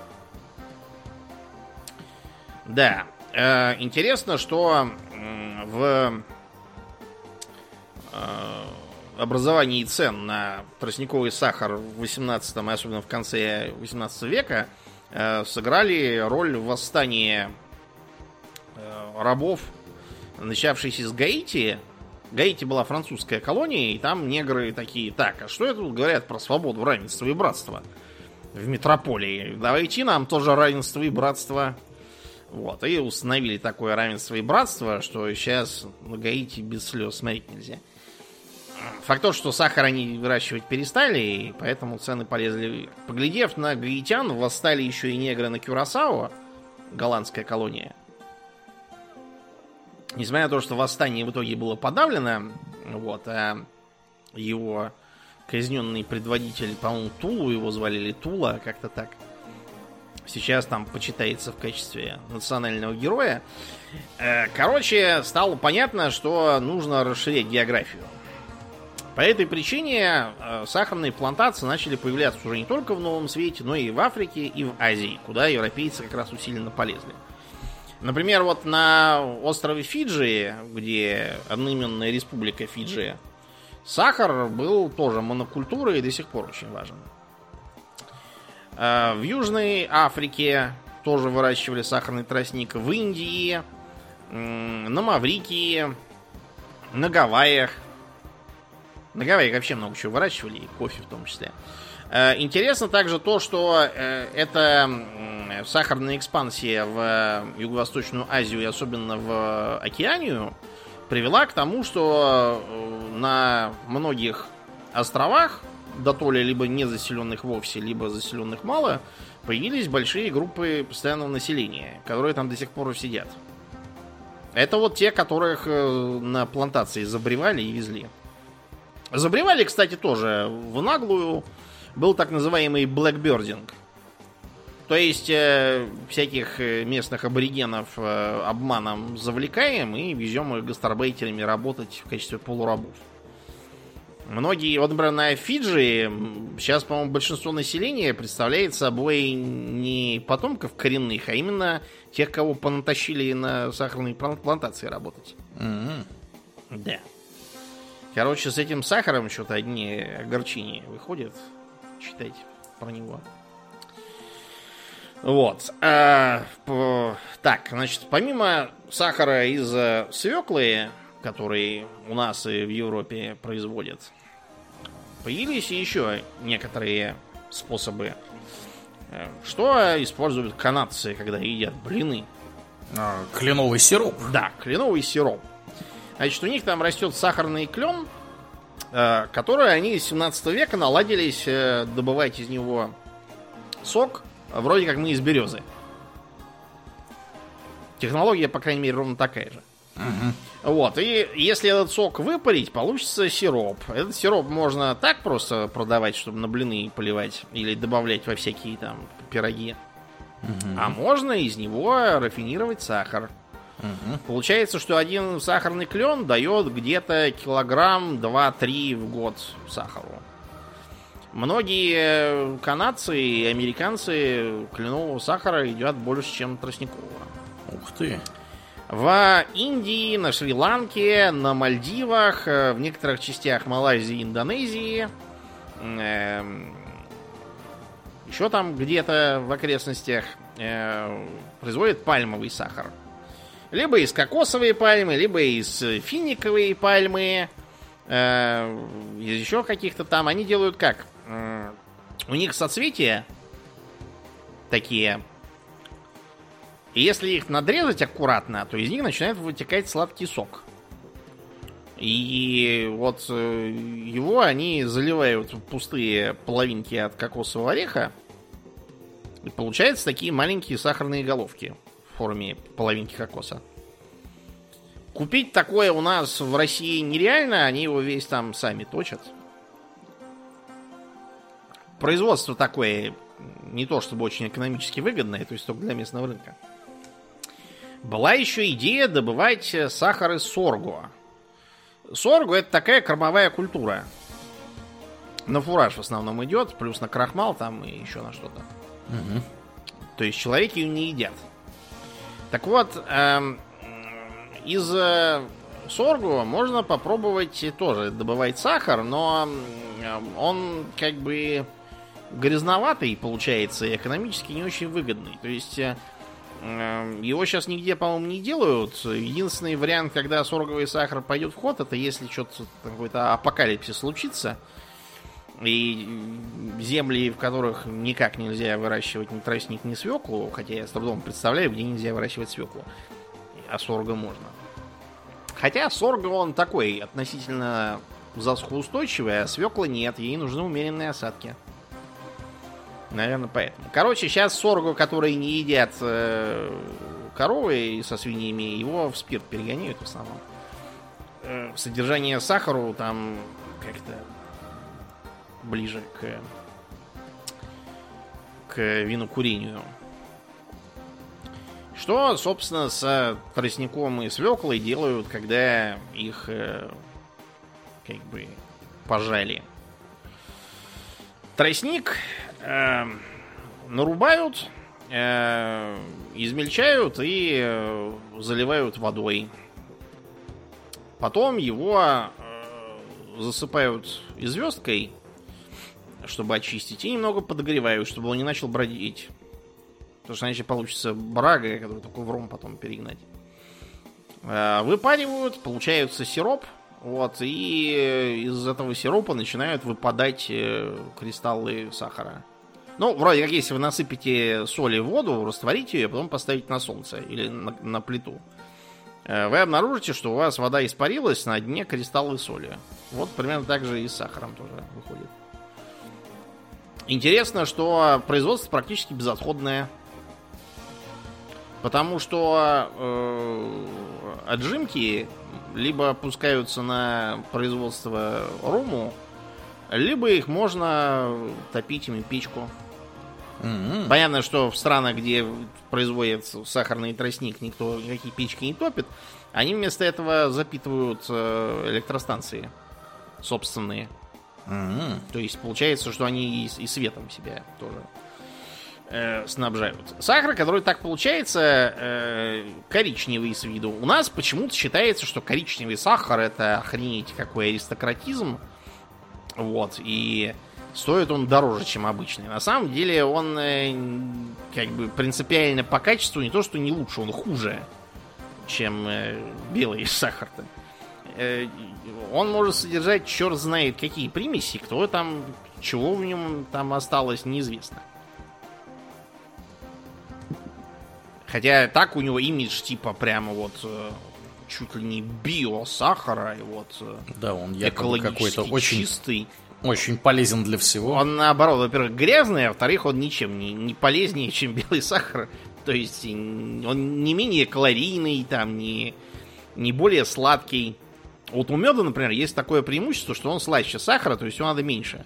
Да, э, интересно, что э, в э, образовании цен на тростниковый сахар в восемнадцатом, особенно в конце восемнадцатого века, э, сыграли роль восстания э, рабов, начавшейся с Гаити. Гаити была французская колония, и там негры такие: так, а что это тут говорят про свободу, равенство и братство в метрополии? Давайте нам тоже равенство и братство. Вот, и установили такое равенство и братство, что сейчас на Гаити без слез смотреть нельзя. Факт то, что сахар они выращивать перестали, и поэтому цены полезли вверх. Поглядев на гаитян, восстали еще и негры на Кюрасао, голландская колония. Несмотря на то, что восстание в итоге было подавлено, вот, а его казненный предводитель, по-моему, Тулу его звали, или Тула, как-то так, сейчас там почитается в качестве национального героя. Короче, стало понятно, что нужно расширять географию. По этой причине сахарные плантации начали появляться уже не только в Новом Свете, но и в Африке, и в Азии, куда европейцы как раз усиленно полезли. Например, вот на острове Фиджи, где одноименная республика Фиджи, сахар был тоже монокультурой и до сих пор очень важен. В Южной Африке тоже выращивали сахарный тростник. В Индии, на Маврикии, на Гавайях. На Гавайях вообще много чего выращивали, и кофе в том числе. Интересно также то, что эта сахарная экспансия в Юго-Восточную Азию и особенно в Океанию привела к тому, что на многих островах, дотоле либо не заселенных вовсе, либо заселенных мало, появились большие группы постоянного населения, которые там до сих пор сидят. Это вот те, которых на плантации забревали и везли. Забревали, кстати, тоже в наглую. Был так называемый блэкбердинг. То есть э, всяких местных аборигенов э, обманом завлекаем и везем их гастарбайтерами работать в качестве полурабов. Многие, вот, например, на Фиджи сейчас, по-моему, большинство населения представляет собой не потомков коренных, а именно тех, кого понатащили на сахарной плантации работать. Mm-hmm. Да. Короче, с этим сахаром что-то одни огорчения выходят. Читайте про него. Вот. А, по, так, значит, помимо сахара из свеклы, который у нас и в Европе производят, появились еще некоторые способы. Что используют канадцы, когда едят блины? А, кленовый сироп. Да, кленовый сироп. Значит, у них там растет сахарный клен, которые они с семнадцатого века наладились добывать из него сок, вроде как мы из березы. Технология, по крайней мере, ровно такая же. Угу. Вот, и если этот сок выпарить, получится сироп. Этот сироп можно так просто продавать, чтобы на блины поливать, или добавлять во всякие там пироги. Угу. А можно из него рафинировать сахар. Угу. Получается, что один сахарный клен дает где-то килограмм два-три в год сахару. Многие канадцы и американцы кленового сахара едят больше, чем тростникового. Ух ты! В Индии, на Шри-Ланке, на Мальдивах, в некоторых частях Малайзии и Индонезии, э, еще там где-то в окрестностях э, производят пальмовый сахар. Либо из кокосовой пальмы, либо из финиковой пальмы, э, из еще каких-то там. Они делают как? Э, у них соцветия такие. И если их надрезать аккуратно, то из них начинает вытекать сладкий сок. И вот его они заливают в пустые половинки от кокосового ореха. И получаются такие маленькие сахарные головки в форме половинки кокоса. Купить такое у нас в России нереально, они его весь там сами точат. Производство такое не то чтобы очень экономически выгодное, то есть только для местного рынка. Была еще идея добывать сахар из сорго. Сорго — это такая кормовая культура. На фураж в основном идет, плюс на крахмал там и еще на что-то. Угу. То есть человеки ее не едят. Так вот, э, из э, сорго можно попробовать тоже добывать сахар, но он как бы грязноватый получается и экономически не очень выгодный. То есть его сейчас нигде, по-моему, не делают. Единственный вариант, когда сорговый сахар пойдет в ход, это если что-то, какой-то апокалипсис случится, и земли, в которых никак нельзя выращивать ни тростник, ни свеклу, хотя я с трудом представляю, где нельзя выращивать свеклу, а сорго можно. Хотя сорго, он такой, относительно засухоустойчивый, а свекла нет, ей нужны умеренные осадки. Наверное, поэтому. Короче, сейчас сорго, которые не едят э, коровы со свиньями, его в спирт перегоняют в основном. Э, содержание сахара там как-то ближе к, к винокурению. Что, собственно, с тростником и свеклой делают, когда их э, как бы пожали. Тростник э, нарубают, э, измельчают и э, заливают водой. Потом его э, засыпают звездкой, чтобы очистить, и немного подогревают, чтобы он не начал бродить. Потому что иначе получится брага, которую только в ром потом перегнать. Э, выпаривают, получается сироп. Вот, и из этого сиропа начинают выпадать кристаллы сахара. Ну, вроде как, если вы насыпете соли в воду, растворите ее, потом поставите на солнце или на, на плиту, вы обнаружите, что у вас вода испарилась, на дне кристаллы соли. Вот примерно так же и с сахаром тоже выходит. Интересно, что производство практически безотходное. Потому что э, отжимки либо пускаются на производство рому, либо их можно топить ими печку. Mm-hmm. Понятно, что в странах, где производят сахарный тростник, никто никакие печки не топит. Они вместо этого запитывают электростанции собственные. Mm-hmm. То есть получается, что они и, и светом себя тоже э, снабжают. Сахар, который так получается, э, коричневый с виду. У нас почему-то считается, что коричневый сахар — это охренеть какой аристократизм. Вот, и стоит он дороже, чем обычный. На самом деле он э, как бы принципиально по качеству не то, что не лучше, он хуже, чем э, белый сахар-то. Э, он может содержать черт знает какие примеси, кто там, чего в нем там осталось, неизвестно. Хотя так у него имидж типа прямо вот э, чуть ли не биосахара, и вот да, он якобы какой-то очень чистый. Очень полезен для всего. Он, наоборот, во-первых, грязный, а во-вторых, он ничем не, не полезнее, чем белый сахар. То есть он не менее калорийный, там, не, не более сладкий. Вот у меда, например, есть такое преимущество, что он слаще сахара, то есть его надо меньше.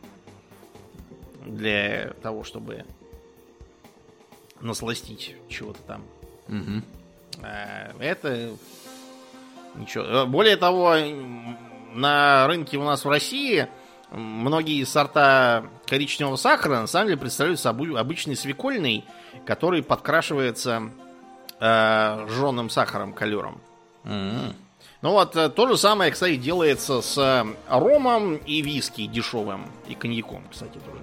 Для того, чтобы насластить чего-то там. Угу. А это ничего. Более того, на рынке у нас в России многие сорта коричневого сахара на самом деле представляют собой обычный свекольный, который подкрашивается э, жженым сахаром, колером. Mm-hmm. Ну вот, то же самое, кстати, делается с ромом и виски дешевым, и коньяком, кстати, тоже.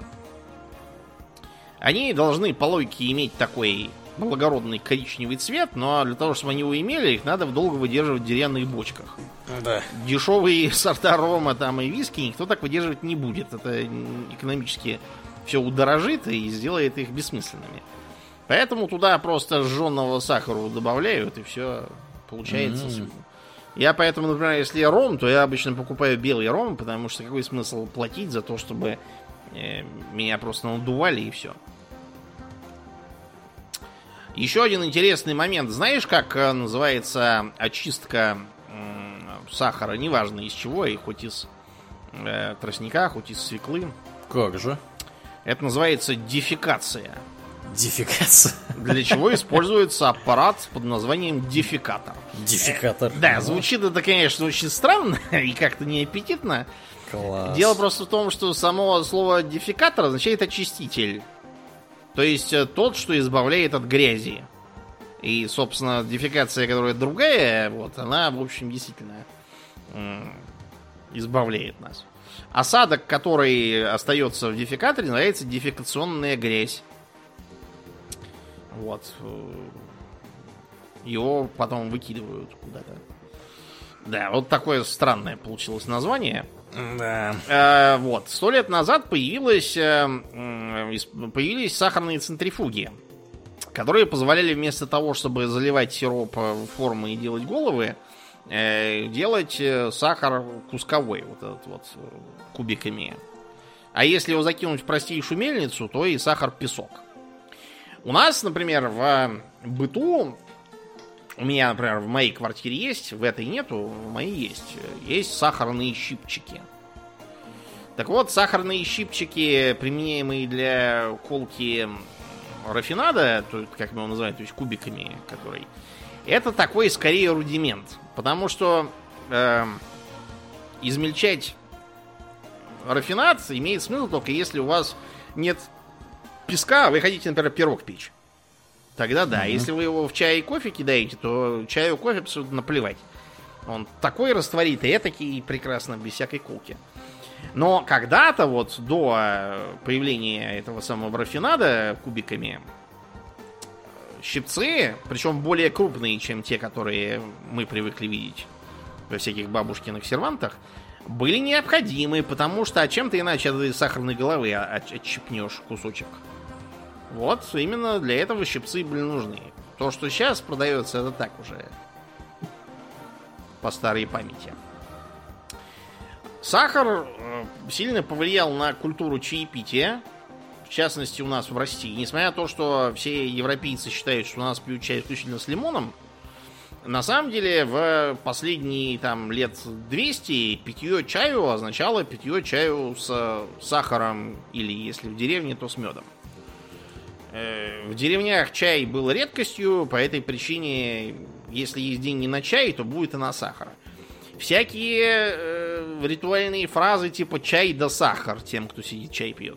Они должны по логике иметь такой благородный коричневый цвет, но для того, чтобы они его имели, их надо долго выдерживать в деревянных бочках. Да. Дешевые сорта рома там и виски никто так выдерживать не будет. Это экономически все удорожит и сделает их бессмысленными. Поэтому туда просто жженого сахара добавляют, и все получается. Mm-hmm. Я поэтому, например, если я ром, то я обычно покупаю белый ром, потому что какой смысл платить за то, чтобы э, меня просто надували и все. Еще один интересный момент. Знаешь, как называется очистка э, сахара? Неважно из чего, и хоть из э, тростника, хоть из свеклы. Как же? Это называется дефекация. Дефекация? Для чего используется аппарат под названием дефекатор. Дефекатор. Э, да, звучит это, конечно, очень странно и как-то неаппетитно. Класс. Дело просто в том, что само слово дефекатор означает очиститель. То есть тот, что избавляет от грязи. И, собственно, дефекация, которая другая, вот, она, в общем, действительно м- избавляет нас. Осадок, который остается в дефекаторе, называется дефекационная грязь. Вот. Его потом выкидывают куда-то. Да, вот такое странное получилось название. Да. Э, вот. Сто лет назад появилось, э, появились сахарные центрифуги, которые позволяли вместо того, чтобы заливать сироп в формы и делать головы, э, делать сахар кусковой, вот этот вот, кубиками. А если его закинуть в простейшую мельницу, то и сахар-песок. У нас, например, в быту, у меня, например, в моей квартире есть, в этой нету, в моей есть, есть сахарные щипчики. Так вот, сахарные щипчики, применяемые для колки рафинада, то, как мы его называем, то есть кубиками, который, это такой, скорее, рудимент. Потому что э, измельчать рафинад имеет смысл только если у вас нет песка, вы хотите, например, пирог печь. Тогда да. Mm-hmm. Если вы его в чай и кофе кидаете, то чаю и кофе абсолютно наплевать. Он такой растворит, и этакий прекрасно, без всякой колки. Но когда-то, вот до появления этого самого рафинада кубиками, щипцы, причем более крупные, чем те, которые мы привыкли видеть во всяких бабушкиных сервантах, были необходимы, потому что а чем ты иначе от этой сахарной головы отщипнешь кусочек? Вот, именно для этого щипцы были нужны. То, что сейчас продается, это так уже по старой памяти. Сахар сильно повлиял на культуру чаепития, в частности у нас в России. Несмотря на то, что все европейцы считают, что у нас пьют чай исключительно с лимоном, на самом деле в последние там лет двести питье чаю означало питье чаю с сахаром или, если в деревне, то с медом. В деревнях чай был редкостью, по этой причине, если есть деньги на чай, то будет и на сахар. Всякие э, ритуальные фразы типа «чай да сахар» тем, кто сидит чай пьет,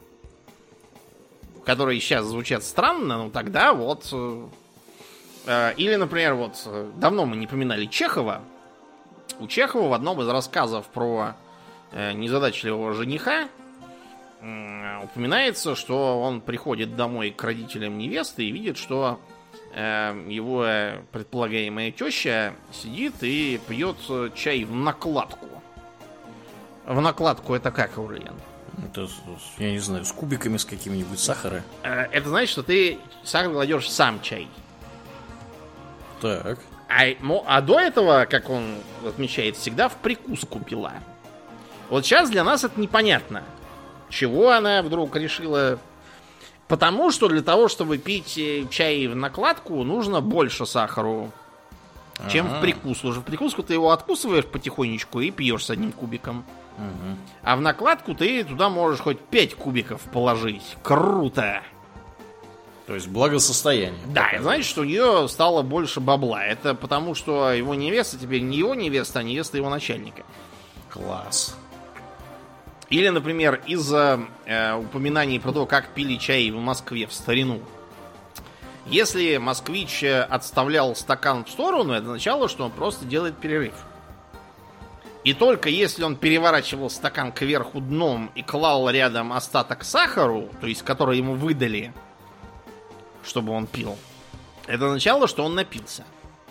которые сейчас звучат странно, но тогда вот... Э, или, например, вот давно мы не поминали Чехова. У Чехова в одном из рассказов про э, незадачливого жениха упоминается, что он приходит домой к родителям невесты и видит, что э, его предполагаемая теща сидит и пьет чай в накладку. В накладку это как, Аурлиен? Это, я не знаю, с кубиками, с какими-нибудь сахара. Э, это значит, что ты сахар кладешь сам чай. Так. А, а до этого, как он отмечает, всегда в прикуску пила. Вот сейчас для нас это непонятно. Чего она вдруг решила? Потому что для того, чтобы пить чай в накладку, нужно больше сахару, чем ага. в прикуску. Уже в прикуску ты его откусываешь потихонечку и пьешь с одним кубиком. Угу. А в накладку ты туда можешь хоть пять кубиков положить. Круто! То есть благосостояние. Да, и значит, что у нее стало больше бабла. Это потому, что его невеста теперь не его невеста, а невеста его начальника. Класс. Или, например, из-за э, упоминаний про то, как пили чай в Москве в старину. Если москвич отставлял стакан в сторону, это означало, что он просто делает перерыв. И только если он переворачивал стакан кверху дном и клал рядом остаток сахару, то есть который ему выдали, чтобы он пил, это означало, что он напился.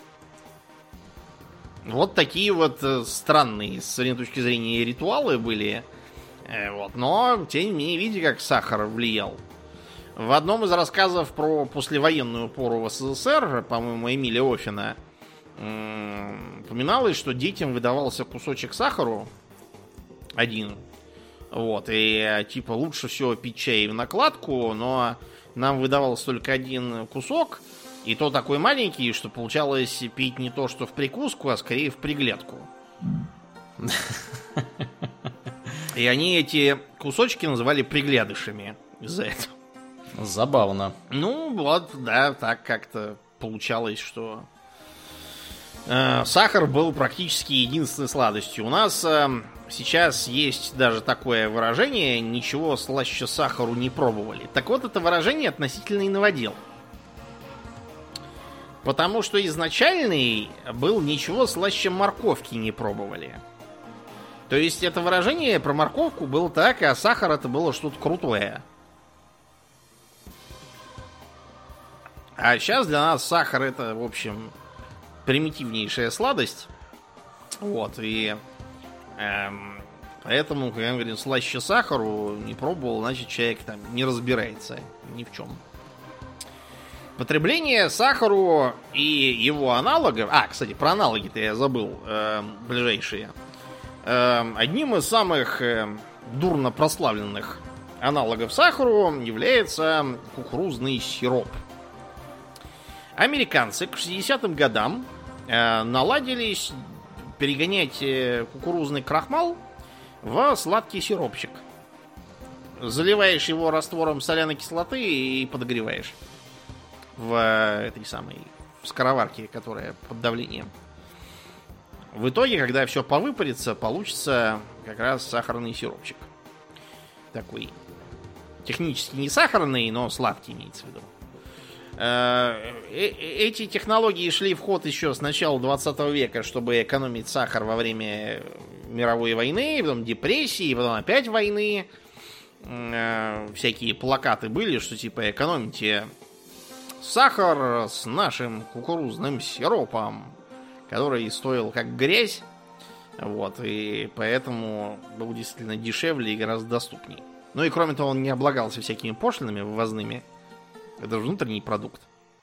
Вот такие вот странные, с современной точки зрения, ритуалы были. Вот. Но, тем не менее, видите, как сахар влиял. В одном из рассказов про послевоенную пору в СССР, по-моему, Эмиля Оффина, упоминалось, что детям выдавался кусочек сахару один. Вот. И типа лучше всего пить чай в накладку, но нам выдавался только один кусок, и то такой маленький, что получалось пить не то, что в прикуску, а скорее в приглядку. И они эти кусочки называли приглядышами из-за этого. Забавно. Ну, вот, да, так как-то получалось, что э, сахар был практически единственной сладостью. У нас э, сейчас есть даже такое выражение: ничего слаще сахару не пробовали. Так вот, это выражение относительно инноводел. Потому что изначальный был ничего слаще морковки не пробовали. То есть это выражение про морковку было так, а сахар это было что-то крутое. А сейчас для нас сахар это, в общем, примитивнейшая сладость. Вот, и эм, поэтому, как я говорю, слаще сахару не пробовал, значит, человек там не разбирается ни в чем. Потребление сахару и его аналогов... А, кстати, про аналоги-то я забыл, э, ближайшие. Э, одним из самых э, дурно прославленных аналогов сахару является кукурузный сироп. Американцы к шестидесятым годам э, наладились перегонять э, кукурузный крахмал в сладкий сиропчик. Заливаешь его раствором соляной кислоты и подогреваешь в э, этой самой в скороварке, которая под давлением. В итоге, когда все повыпарится, получится как раз сахарный сиропчик. Такой технически не сахарный, но сладкий имеется в виду. Эти технологии шли в ход еще с начала двадцатого века, чтобы экономить сахар во время мировой войны, потом депрессии, потом опять войны. Всякие плакаты были, что типа экономите сахар с нашим кукурузным сиропом, который стоил как грязь. Вот, и поэтому был действительно дешевле и гораздо доступнее. Ну и кроме того, он не облагался всякими пошлинами ввозными. Это же внутренний продукт.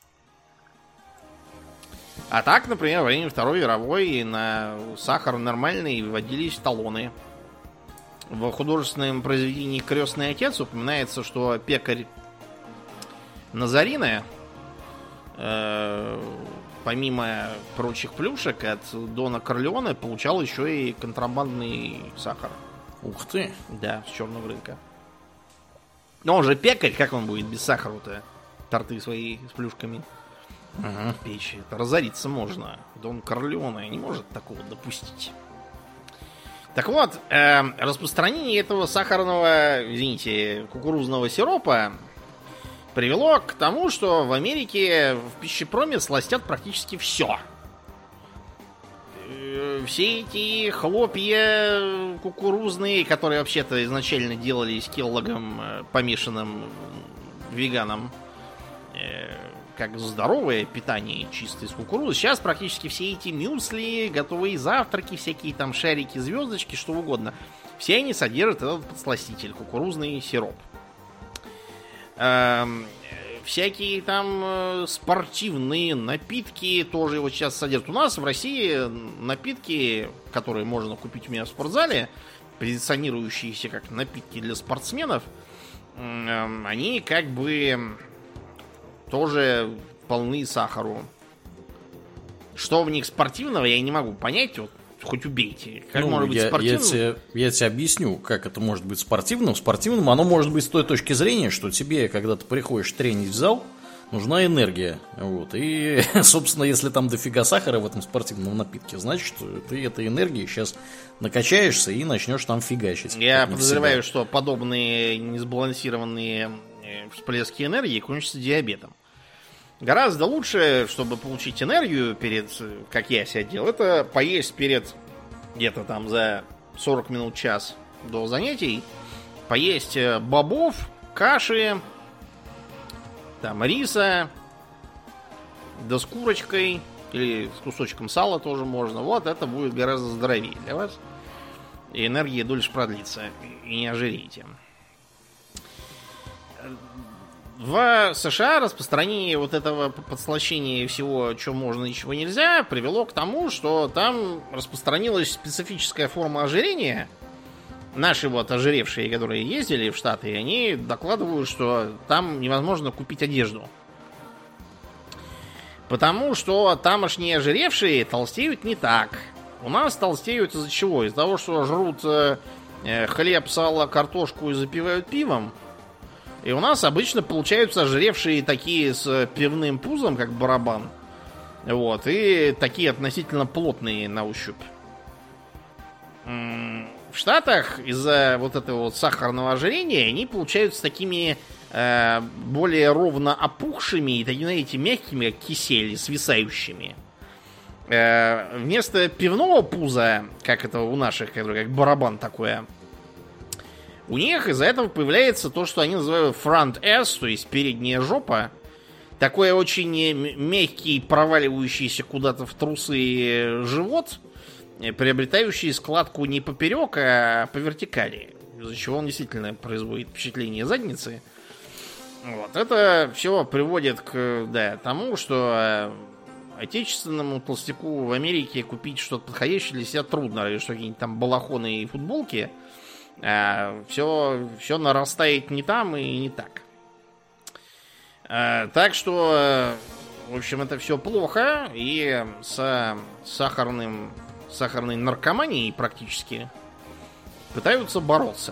А так, например, во время Второй мировой на сахар нормальный вводились талоны. В художественном произведении «Крестный отец» упоминается, что пекарь Назарина, э, помимо прочих плюшек от Дона Корлеоне, получал еще и контрабандный сахар. Ух ты! Да, с черного рынка. Но он же пекарь, как он будет без сахара-то торты свои с плюшками uh-huh. печь? Это разориться можно. Дон Корлеоне не может такого допустить. Так вот, э, распространение этого сахарного, извините, кукурузного сиропа привело к тому, что в Америке в пищепроме сластят практически все. Все эти хлопья кукурузные, которые вообще-то изначально делались Келлогом, помешанным веганом, как здоровое питание чисто из кукурузы. Сейчас практически все эти мюсли, готовые завтраки, всякие там шарики, звездочки, что угодно, все они содержат этот подсластитель, кукурузный сироп. всякие там э, спортивные напитки тоже вот сейчас содержат. У нас в России напитки, которые можно купить у меня в спортзале, позиционирующиеся как напитки для спортсменов, э, они как бы тоже полны сахару. Что в них спортивного, я не могу понять. Вот, хоть убейте. Как ну, может быть я, спортивным? Я тебе, я тебе объясню, как это может быть спортивным. Спортивным оно может быть с той точки зрения, что тебе, когда ты приходишь тренить в зал, нужна энергия. Вот. И, собственно, если там дофига сахара в этом спортивном напитке, значит, ты этой энергией сейчас накачаешься и начнешь там фигачить. Я подозреваю, что подобные несбалансированные всплески энергии кончатся диабетом. Гораздо лучше, чтобы получить энергию перед, как я себя делал, это поесть перед где-то там за сорок минут, час до занятий, поесть бобов, каши, там риса, да с курочкой или с кусочком сала тоже можно. Вот это будет гораздо здоровее для вас. И энергия дольше продлится. И не ожиреете. В США распространение вот этого подслащения всего, что можно и чего нельзя, привело к тому, что там распространилась специфическая форма ожирения. Наши вот ожиревшие, которые ездили в Штаты, они докладывают, что там невозможно купить одежду. Потому что тамошние ожиревшие толстеют не так. У нас толстеют из-за чего? Из-за того, что жрут хлеб, сало, картошку и запивают пивом. И у нас обычно получаются ожиревшие такие с пивным пузом, как барабан. Вот. И такие относительно плотные на ощупь. В Штатах из-за вот этого вот сахарного ожирения они получаются такими э, более ровно опухшими и такими, знаете, мягкими, как кисель, свисающими. Э, вместо пивного пуза, как это у наших, как барабан такое, у них из-за этого появляется то, что они называют front S, то есть передняя жопа. Такой очень мягкий, проваливающийся куда-то в трусы живот, приобретающий складку не поперек, а по вертикали. Из-за чего он действительно производит впечатление задницы. Вот. Это все приводит к да, тому, что отечественному толстяку в Америке купить что-то подходящее для себя трудно. Разве что какие-нибудь там балахоны и футболки. А, все, все нарастает не там и не так. А, так что, в общем, это все плохо. И с сахарным, сахарной наркоманией практически пытаются бороться.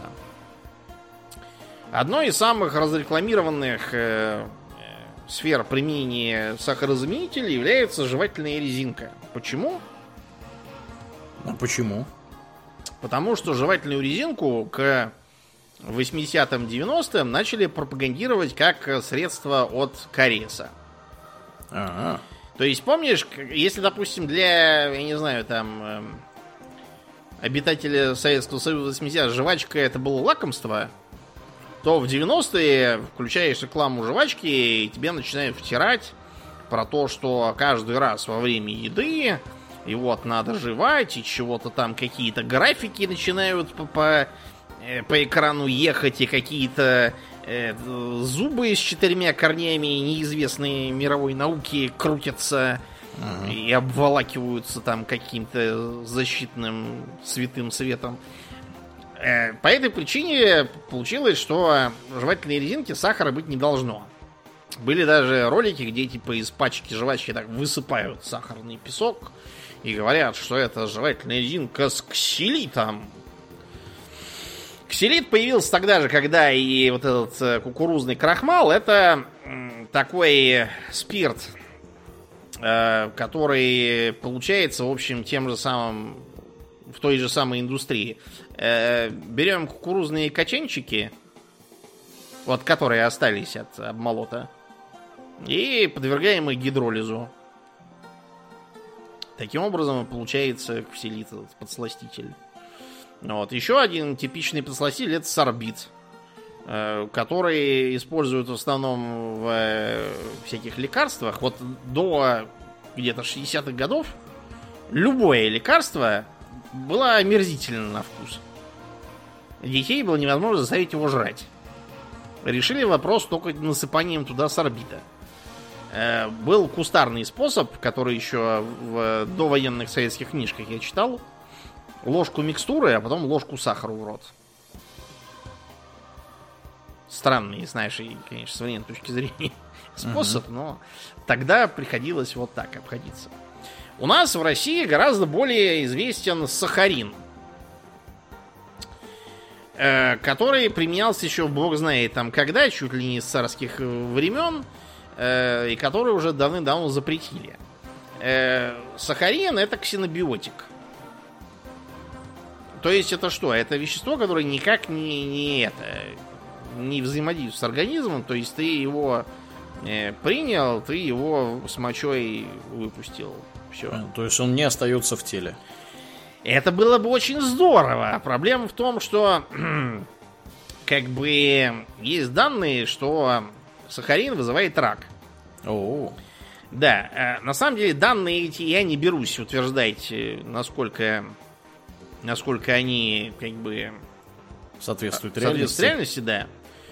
Одной из самых разрекламированных э, сфер применения сахарозаменителей является жевательная резинка. Почему? А почему? Потому что жевательную резинку к восьмидесятым девяностым начали пропагандировать как средство от кариеса. А-а. То есть, помнишь, если, допустим, для, я не знаю, там, э, обитателя Советского Союза восьмидесятых жвачка это было лакомство, то в девяностые включаешь рекламу жвачки, и тебе начинают втирать про то, что каждый раз во время еды и вот надо жевать, и чего-то там какие-то графики начинают по, по, по экрану ехать, и какие-то э, зубы с четырьмя корнями неизвестной мировой науки крутятся uh-huh. и обволакиваются там каким-то защитным святым светом. Э, по этой причине получилось, что жевательные резинки сахара быть не должно. Были даже ролики, где типа из пачки жвачки так высыпают сахарный песок и говорят, что это жевательная резинка с ксилитом. Ксилит появился тогда же, когда и вот этот кукурузный крахмал. Это такой спирт, который получается, в общем, тем же самым, в той же самой индустрии. Берем кукурузные качанчики, вот которые остались от обмолота, и подвергаем их гидролизу. Таким образом получается ксилит, подсластитель. Вот. Еще один типичный подсластитель — это сорбит, который используют в основном в всяких лекарствах. Вот до где-то шестидесятых годов любое лекарство было омерзительно на вкус. Детей было невозможно заставить его жрать. решили вопрос только насыпанием туда сорбита. Был кустарный способ, который еще в довоенных советских книжках я читал. Ложку микстуры, а потом ложку сахара в рот. Странный, знаешь, и, конечно, с современной точки зрения способ, угу. но тогда приходилось вот так обходиться. У нас в России гораздо более известен сахарин, который применялся еще бог знает там когда, чуть ли не с царских времен, и который уже давным-давно запретили. Сахарин — это ксенобиотик. То есть это что? Это вещество, которое никак не, не, это, не взаимодействует с организмом, то есть ты его принял, ты его с мочой выпустил. Все. То есть он не остается в теле. Это было бы очень здорово. Проблема в том, что как бы есть данные, что сахарин вызывает рак. О. Да, на самом деле данные эти я не берусь утверждать, насколько, насколько они как бы соответствуют реальности. реальности, да.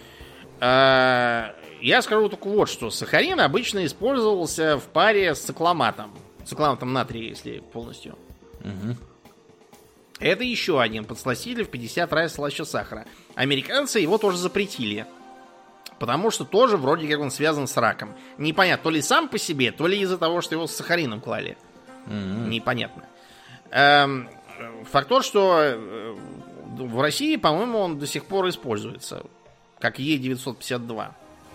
Я скажу только вот что. Сахарин обычно использовался в паре с цикламатом. Цикламатом натрия, если полностью. Угу. Это еще один подсластитель в пятьдесят раз слаще сахара. Американцы его тоже запретили. Потому что тоже вроде как он связан с раком. Непонятно, то ли сам по себе, то ли из-за того, что его с сахарином клали. Mm-hmm. Непонятно. Эм, факт тот, что в России, по-моему, он до сих пор используется. Как Е девятьсот пятьдесят два.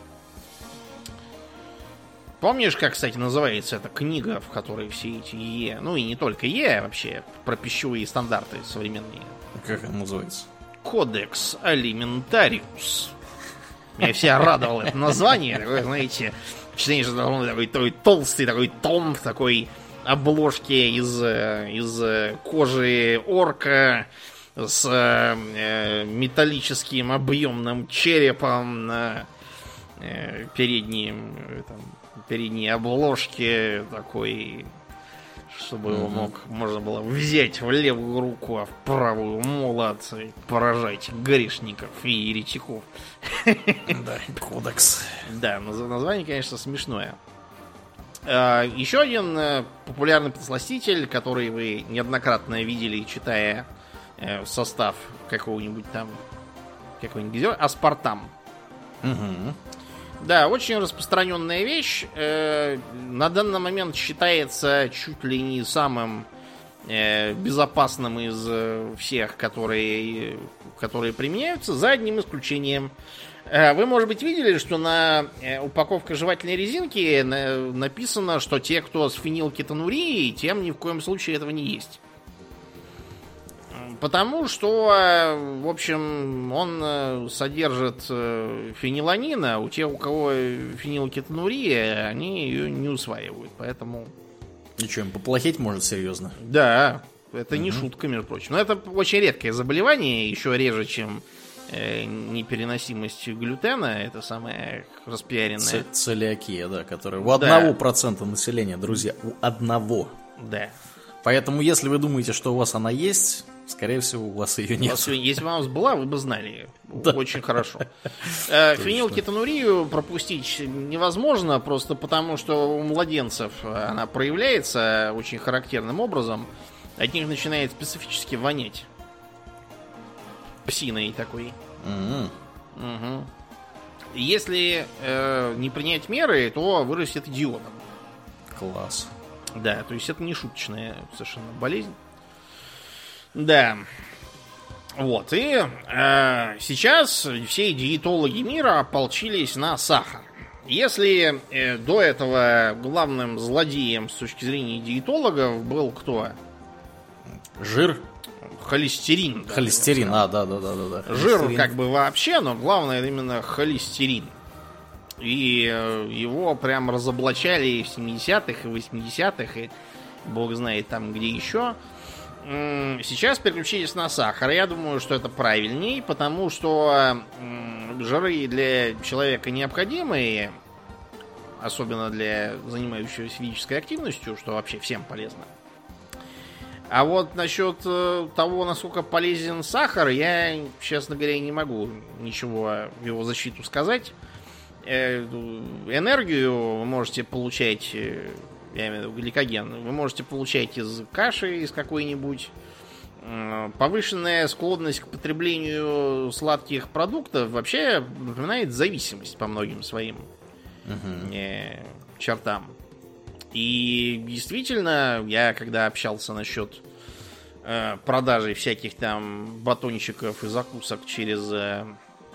Помнишь, как, кстати, называется эта книга, в которой все эти Е, ну и не только Е, а вообще про пищевые стандарты современные? Как она называется? Кодекс Алиментариус. Меня все радовало это название. Такое, знаете, впечатление, что такой, такой толстый такой том в такой обложке из, из кожи орка с э, металлическим объемным черепом на э, переднем, там, передней обложке такой, чтобы его мог, можно было взять в левую руку, а в правую молот и поражать грешников и еретиков. Да, кодекс. Да, название, конечно, смешное. Еще один популярный подсластитель, который вы неоднократно видели, читая состав какого-нибудь там, какой-нибудь аспартам. Угу. Да, очень распространенная вещь. Э, на данный момент считается чуть ли не самым э, безопасным из э, всех, которые, которые применяются, за одним исключением. Э, вы, может быть, видели, что на э, упаковке жевательной резинки на, написано, что те, кто с фенилкетонурией, тем ни в коем случае этого не есть. Потому что, в общем, он содержит фениланин, у тех, у кого фенилкетонурия, они ее не усваивают, поэтому... И что, им поплохеть может серьезно? Да, это угу. не шутка, между прочим. Но это очень редкое заболевание, еще реже, чем э, непереносимость глютена, это самое распиаренное. Целиакия, да, которая у одного процента населения, друзья, у одного. Да. Поэтому, если вы думаете, что у вас она есть... Скорее всего, у вас ее нет. Вас, если бы она у вас была, вы бы знали. Да. Очень хорошо. Фенилкетонурию пропустить невозможно, просто потому, что у младенцев она проявляется очень характерным образом. От них начинает специфически вонять. Псиной такой. Mm-hmm. Угу. Если э, не принять меры, то вырастет идиотом. Класс. Да, то есть это не шуточная совершенно болезнь. Да. Вот. И э, сейчас все диетологи мира ополчились на сахар. Если э, до этого главным злодеем с точки зрения диетологов был кто? Жир. Холестерин. Да, холестерин, а, да, да, да, да, да. Жир холестерин. Как бы вообще, но главное именно холестерин. И э, его прям разоблачали и в семидесятых, и в восьмидесятых, и бог знает там где еще. Сейчас переключились на сахар. Я думаю, что это правильней, потому что жиры для человека необходимые, особенно для занимающегося физической активностью, что вообще всем полезно. А вот насчет э, того, насколько полезен сахар, я, честно говоря, не могу ничего в его защиту сказать. Э, энергию вы можете получать, э, я имею в виду гликоген, вы можете получать из каши, из какой-нибудь. Э, повышенная склонность к потреблению сладких продуктов вообще напоминает зависимость по многим своим uh-huh. э, чертам. И действительно, я когда общался насчет э, продажи всяких там батончиков и закусок через э,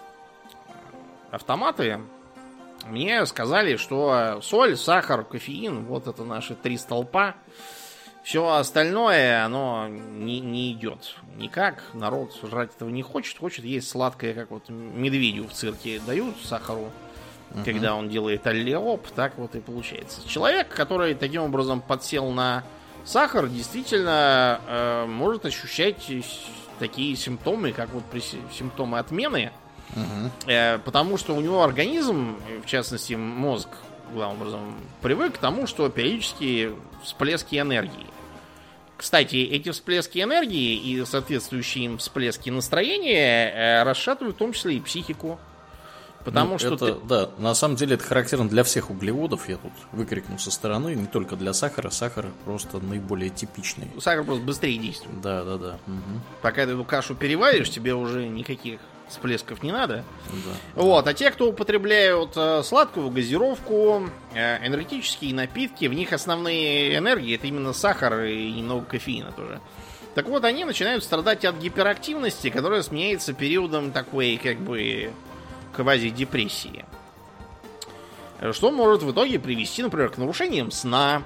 автоматы, мне сказали, что соль, сахар, кофеин, вот это наши три столпа. Все остальное, оно не, не идет никак. Народ жрать этого не хочет. Хочет есть сладкое, как вот медведю в цирке дают сахару. Uh-huh. Когда он делает аллеоп, так вот и получается. Человек, который таким образом подсел на сахар, действительно э, может ощущать такие симптомы, как вот при симптомы отмены. Uh-huh. э, потому что у него организм, в частности мозг, главным образом, привык к тому, что периодически всплески энергии. Кстати, эти всплески энергии и соответствующие им всплески настроения э, расшатывают в том числе и психику. Потому ну, что это, ты... да, на самом деле это характерно для всех углеводов. Я тут выкрикнул со стороны, не только для сахара. Сахар просто наиболее типичный. Сахар просто быстрее действует. Да, да, да. Угу. Пока ты эту кашу переваришь, тебе уже никаких всплесков не надо. Да. Вот, а те, кто употребляют э, сладкую газировку, э, энергетические напитки, в них основные энергии это именно сахар и немного кофеина тоже. Так вот, они начинают страдать от гиперактивности, которая сменяется периодом такой, как бы, квази-депрессии. Что может в итоге привести, например, к нарушениям сна,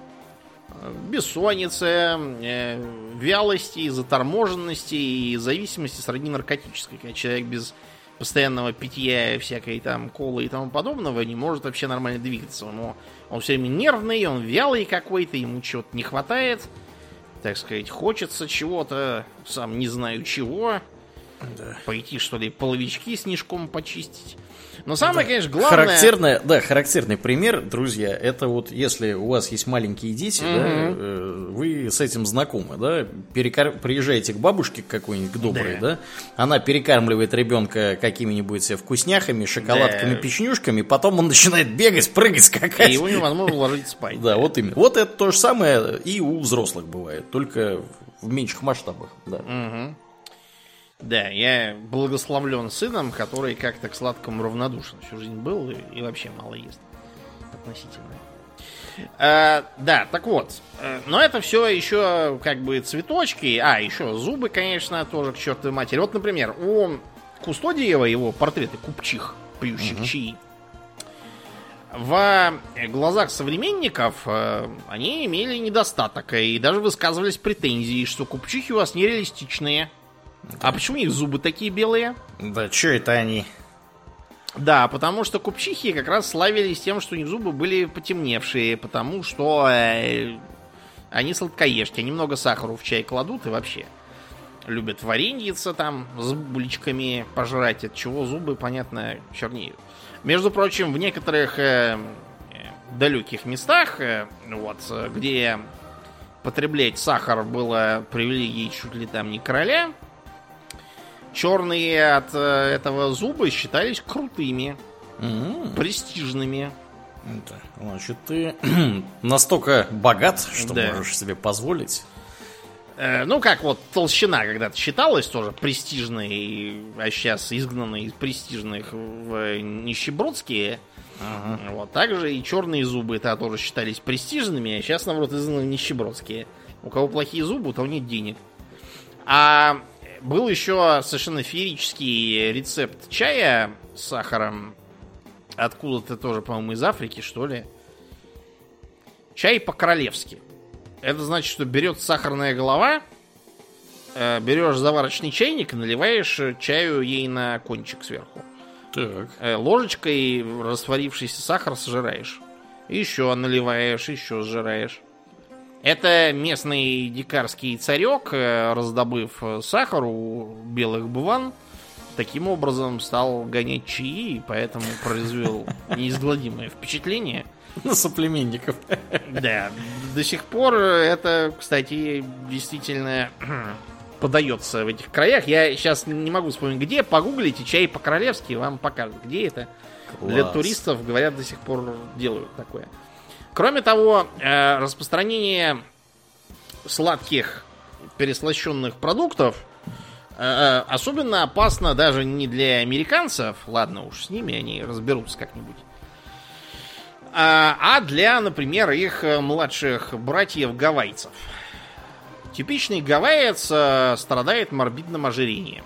бессоннице, э, вялости, заторможенности и зависимости сродни наркотической. Когда человек без постоянного питья всякой там колы и тому подобного не может вообще нормально двигаться. Он, он все время нервный, он вялый какой-то, ему чего-то не хватает. Так сказать, хочется чего-то, сам не знаю чего. Да. Пойти, что ли, половички снежком почистить. Но самое, да. конечно, главное... Характерное, да, характерный пример, друзья, это вот если у вас есть маленькие дети, mm-hmm. да, вы с этим знакомы, да, перекар... приезжаете к бабушке какой-нибудь, к доброй, да. да, она перекармливает ребенка какими-нибудь вкусняхами, шоколадками, да. печенюшками, потом он начинает бегать, прыгать, скакать. И его невозможно уложить спать. Да, вот именно. Вот это то же самое и у взрослых бывает, только в меньших масштабах, да. Угу. Да, я благословлен сыном, который как-то к сладкому равнодушен всю жизнь был и, и вообще мало ест. Относительно. А, да, так вот. Но это все еще как бы цветочки. А, еще зубы, конечно, тоже к чертовой матери. Вот, например, у Кустодиева его портреты купчих, пьющих угу. чаи. В глазах современников они имели недостаток и даже высказывались претензии, что купчихи у вас нереалистичные. А почему у них зубы такие белые? Да, что это они? Да, потому что купчихи как раз славились тем, что у них зубы были потемневшие, потому что э, они сладкоежки, они много сахара в чай кладут и вообще любят вареньица там с булечками пожрать, от чего зубы, понятно, чернеют. Между прочим, в некоторых э, далеких местах, э, вот, где потреблять сахар было привилегией чуть ли там не короля, черные от э, этого зуба считались крутыми, mm-hmm. престижными. Да. Значит, ты настолько богат, что да. можешь себе позволить. Э, ну, как вот толщина когда-то считалась тоже престижной, а сейчас изгнанной из престижных в нищебродские. Uh-huh. Вот, также и черные зубы-то тоже считались престижными, а сейчас, наоборот, изгнаны нищебродские. У кого плохие зубы, у того нет денег. А был еще совершенно феерический рецепт чая с сахаром. Откуда-то тоже, по-моему, из Африки, что ли. Чай по-королевски. Это значит, что берется сахарная голова, берешь заварочный чайник и наливаешь чаю ей на кончик сверху. Так. Ложечкой растворившийся сахар сжираешь. Еще наливаешь, еще сжираешь. Это местный дикарский царек, раздобыв сахар у белых буван, таким образом стал гонять чаи, и поэтому произвел неизгладимое впечатление. На соплеменников. Да. до сих пор это, кстати, действительно подается в этих краях. Я сейчас не могу вспомнить, где. Погуглите, чай по-королевски вам покажут, где это. Класс. Для туристов, говорят, до сих пор делают такое. Кроме того, распространение сладких переслащенных продуктов особенно опасно даже не для американцев, ладно уж с ними, они разберутся как-нибудь, а для, например, их младших братьев-гавайцев. Типичный гавайец страдает морбидным ожирением.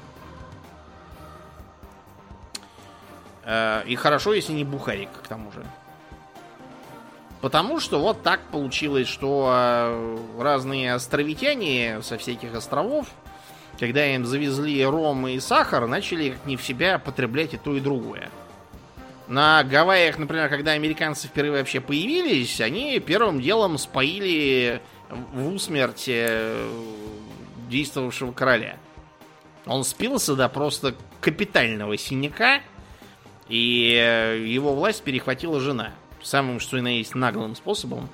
И хорошо, если не бухарик, к тому же. Потому что вот так получилось, что разные островитяне со всяких островов, когда им завезли ром и сахар, начали как не в себя потреблять и то, и другое. На Гавайях, например, когда американцы впервые вообще появились, они первым делом споили в усмерть действовавшего короля. Он спился до просто капитального синяка, и его власть перехватила жена. Самым, что и на есть, наглым способом.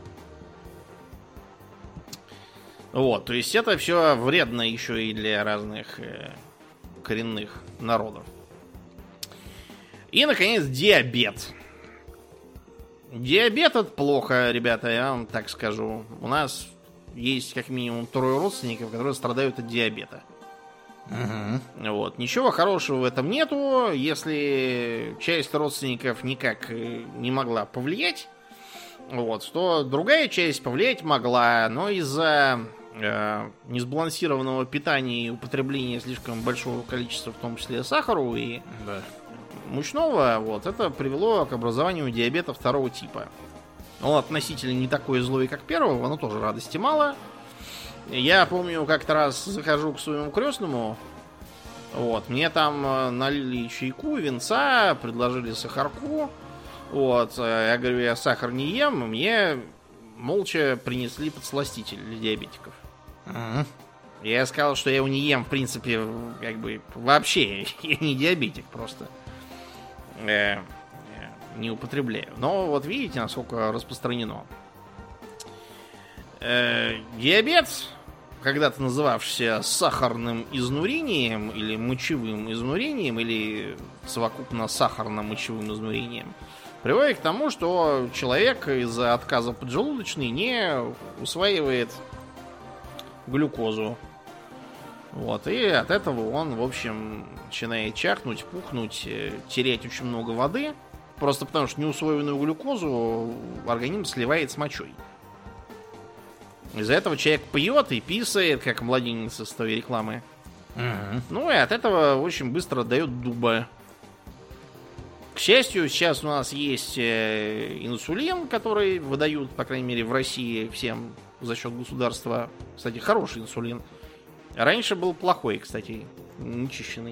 Вот, то есть это все вредно еще и для разных э, коренных народов. И, наконец, диабет. Диабет — это плохо, ребята, я вам так скажу. У нас есть как минимум трое родственников, которые страдают от диабета. Угу. Вот. Ничего хорошего в этом нету. Если часть родственников никак не могла повлиять, вот, то другая часть повлиять могла, но из-за э, несбалансированного питания и употребления слишком большого количества, в том числе сахара и да. мучного, вот, это привело к образованию диабета второго типа. Он относительно не такой злой, как первого, но тоже радости мало. Я помню, как-то раз захожу к своему крестному, вот, мне там налили чайку, винца, предложили сахарку, вот, я говорю, я сахар не ем, мне молча принесли подсластитель для диабетиков. Uh-huh. Я сказал, что я его не ем, в принципе, как бы, вообще, я не диабетик, просто э, не употребляю. Но вот видите, насколько распространено. Э, диабет, когда-то называвшийся сахарным изнурением или мочевым изнурением, или совокупно сахарно-мочевым изнурением, приводит к тому, что человек из-за отказа поджелудочной не усваивает глюкозу. Вот, и от этого он, в общем, начинает чахнуть, пухнуть, терять очень много воды, просто потому что неусвоенную глюкозу организм сливает с мочой. Из-за этого человек пьет и писает, как младенец из той рекламы. Uh-huh. Ну и от этого очень быстро дает дуба. К счастью, сейчас у нас есть инсулин, который выдают, по крайней мере, в России всем за счет государства. Кстати, хороший инсулин. Раньше был плохой, кстати, нечищенный.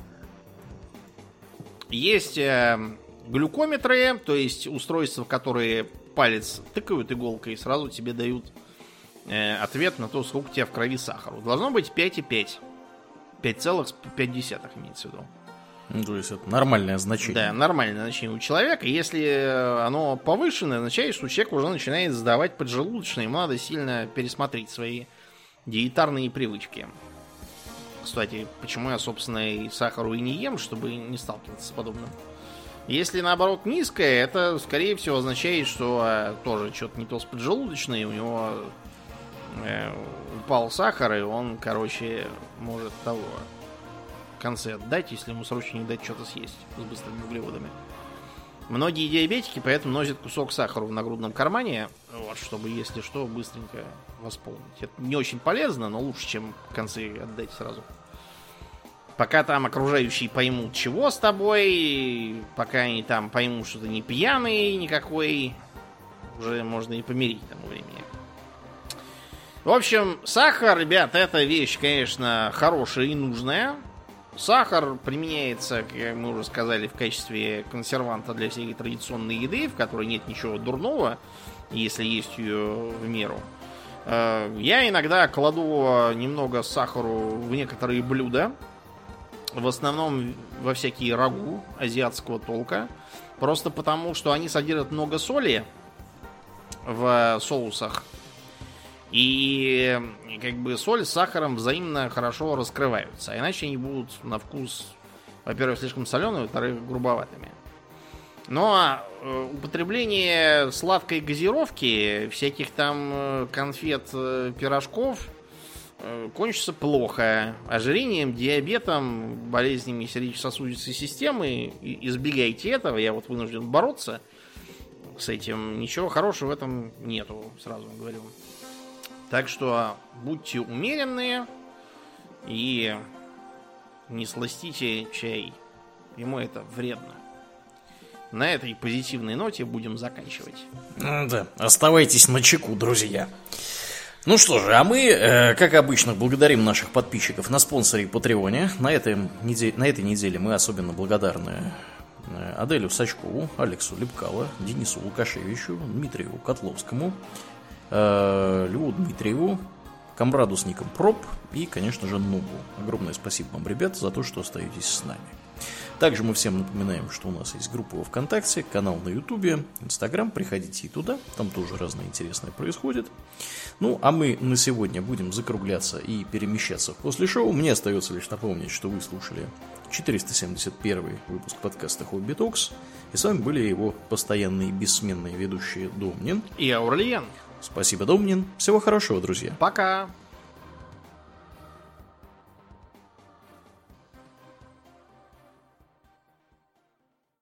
Есть глюкометры, то есть устройства, которые палец тыкают иголкой и сразу тебе дают ответ на то, сколько у тебя в крови сахара. Должно быть пять и пять. пять целых пять десятых имеется в виду. Ну, то есть это нормальное значение. Да, нормальное значение у человека. Если оно повышенное, означает, что человек уже начинает сдавать поджелудочные. Ему надо сильно пересмотреть свои диетарные привычки. Кстати, почему я, собственно, и сахару и не ем, чтобы не сталкиваться с подобным. Если, наоборот, низкое, это, скорее всего, означает, что а, тоже что-то не то с поджелудочной, у него э, упал сахар, и он, короче, может того в конце отдать, если ему срочно не дать что-то съесть с быстрыми углеводами. Многие диабетики поэтому носят кусок сахара в нагрудном кармане, вот, чтобы, если что, быстренько восполнить. Это не очень полезно, но лучше, чем в конце отдать сразу. Пока там окружающие поймут, чего с тобой, пока они там поймут, что ты не пьяный никакой, уже можно и помирить к тому времени. В общем, сахар, ребят, это вещь, конечно, хорошая и нужная. Сахар применяется, как мы уже сказали, в качестве консерванта для всей традиционной еды, в которой нет ничего дурного, если есть ее в меру. Я иногда кладу немного сахару в некоторые блюда, в основном во всякие рагу азиатского толка, просто потому, что они содержат много соли, в соусах. И как бы соль с сахаром взаимно хорошо раскрываются. Иначе они будут на вкус, во-первых, слишком соленые, во-вторых, грубоватыми. Но употребление сладкой газировки, всяких там конфет, пирожков кончится плохо. Ожирением, диабетом, болезнями сердечно-сосудистой системы. Избегайте этого. Я вот вынужден бороться с этим. Ничего хорошего в этом нету, сразу говорю. Так что будьте умеренные и не сластите чай. Ему это вредно. На этой позитивной ноте будем заканчивать. Да, оставайтесь начеку, друзья. Ну что же, а мы, э, как обычно, благодарим наших подписчиков на спонсоре и Патреоне. На этой, неделе, на этой неделе мы особенно благодарны Аделю Сачкову, Алексу Лепкало, Денису Лукашевичу, Дмитрию Котловскому, э, Льву Дмитриеву, комраду с ником Проб и, конечно же, Нубу. Огромное спасибо вам, ребята, за то, что остаетесь с нами. Также мы всем напоминаем, что у нас есть группа во ВКонтакте, канал на Ютубе, Инстаграм. Приходите и туда, там тоже разное интересное происходит. Ну, а мы на сегодня будем закругляться и перемещаться после шоу. Мне остается лишь напомнить, что вы слушали четыреста семьдесят первый выпуск подкаста Хобби Токс. И с вами были его постоянные бессменные ведущие Домнин и Аурлиен. Спасибо, Домнин. Всего хорошего, друзья. Пока.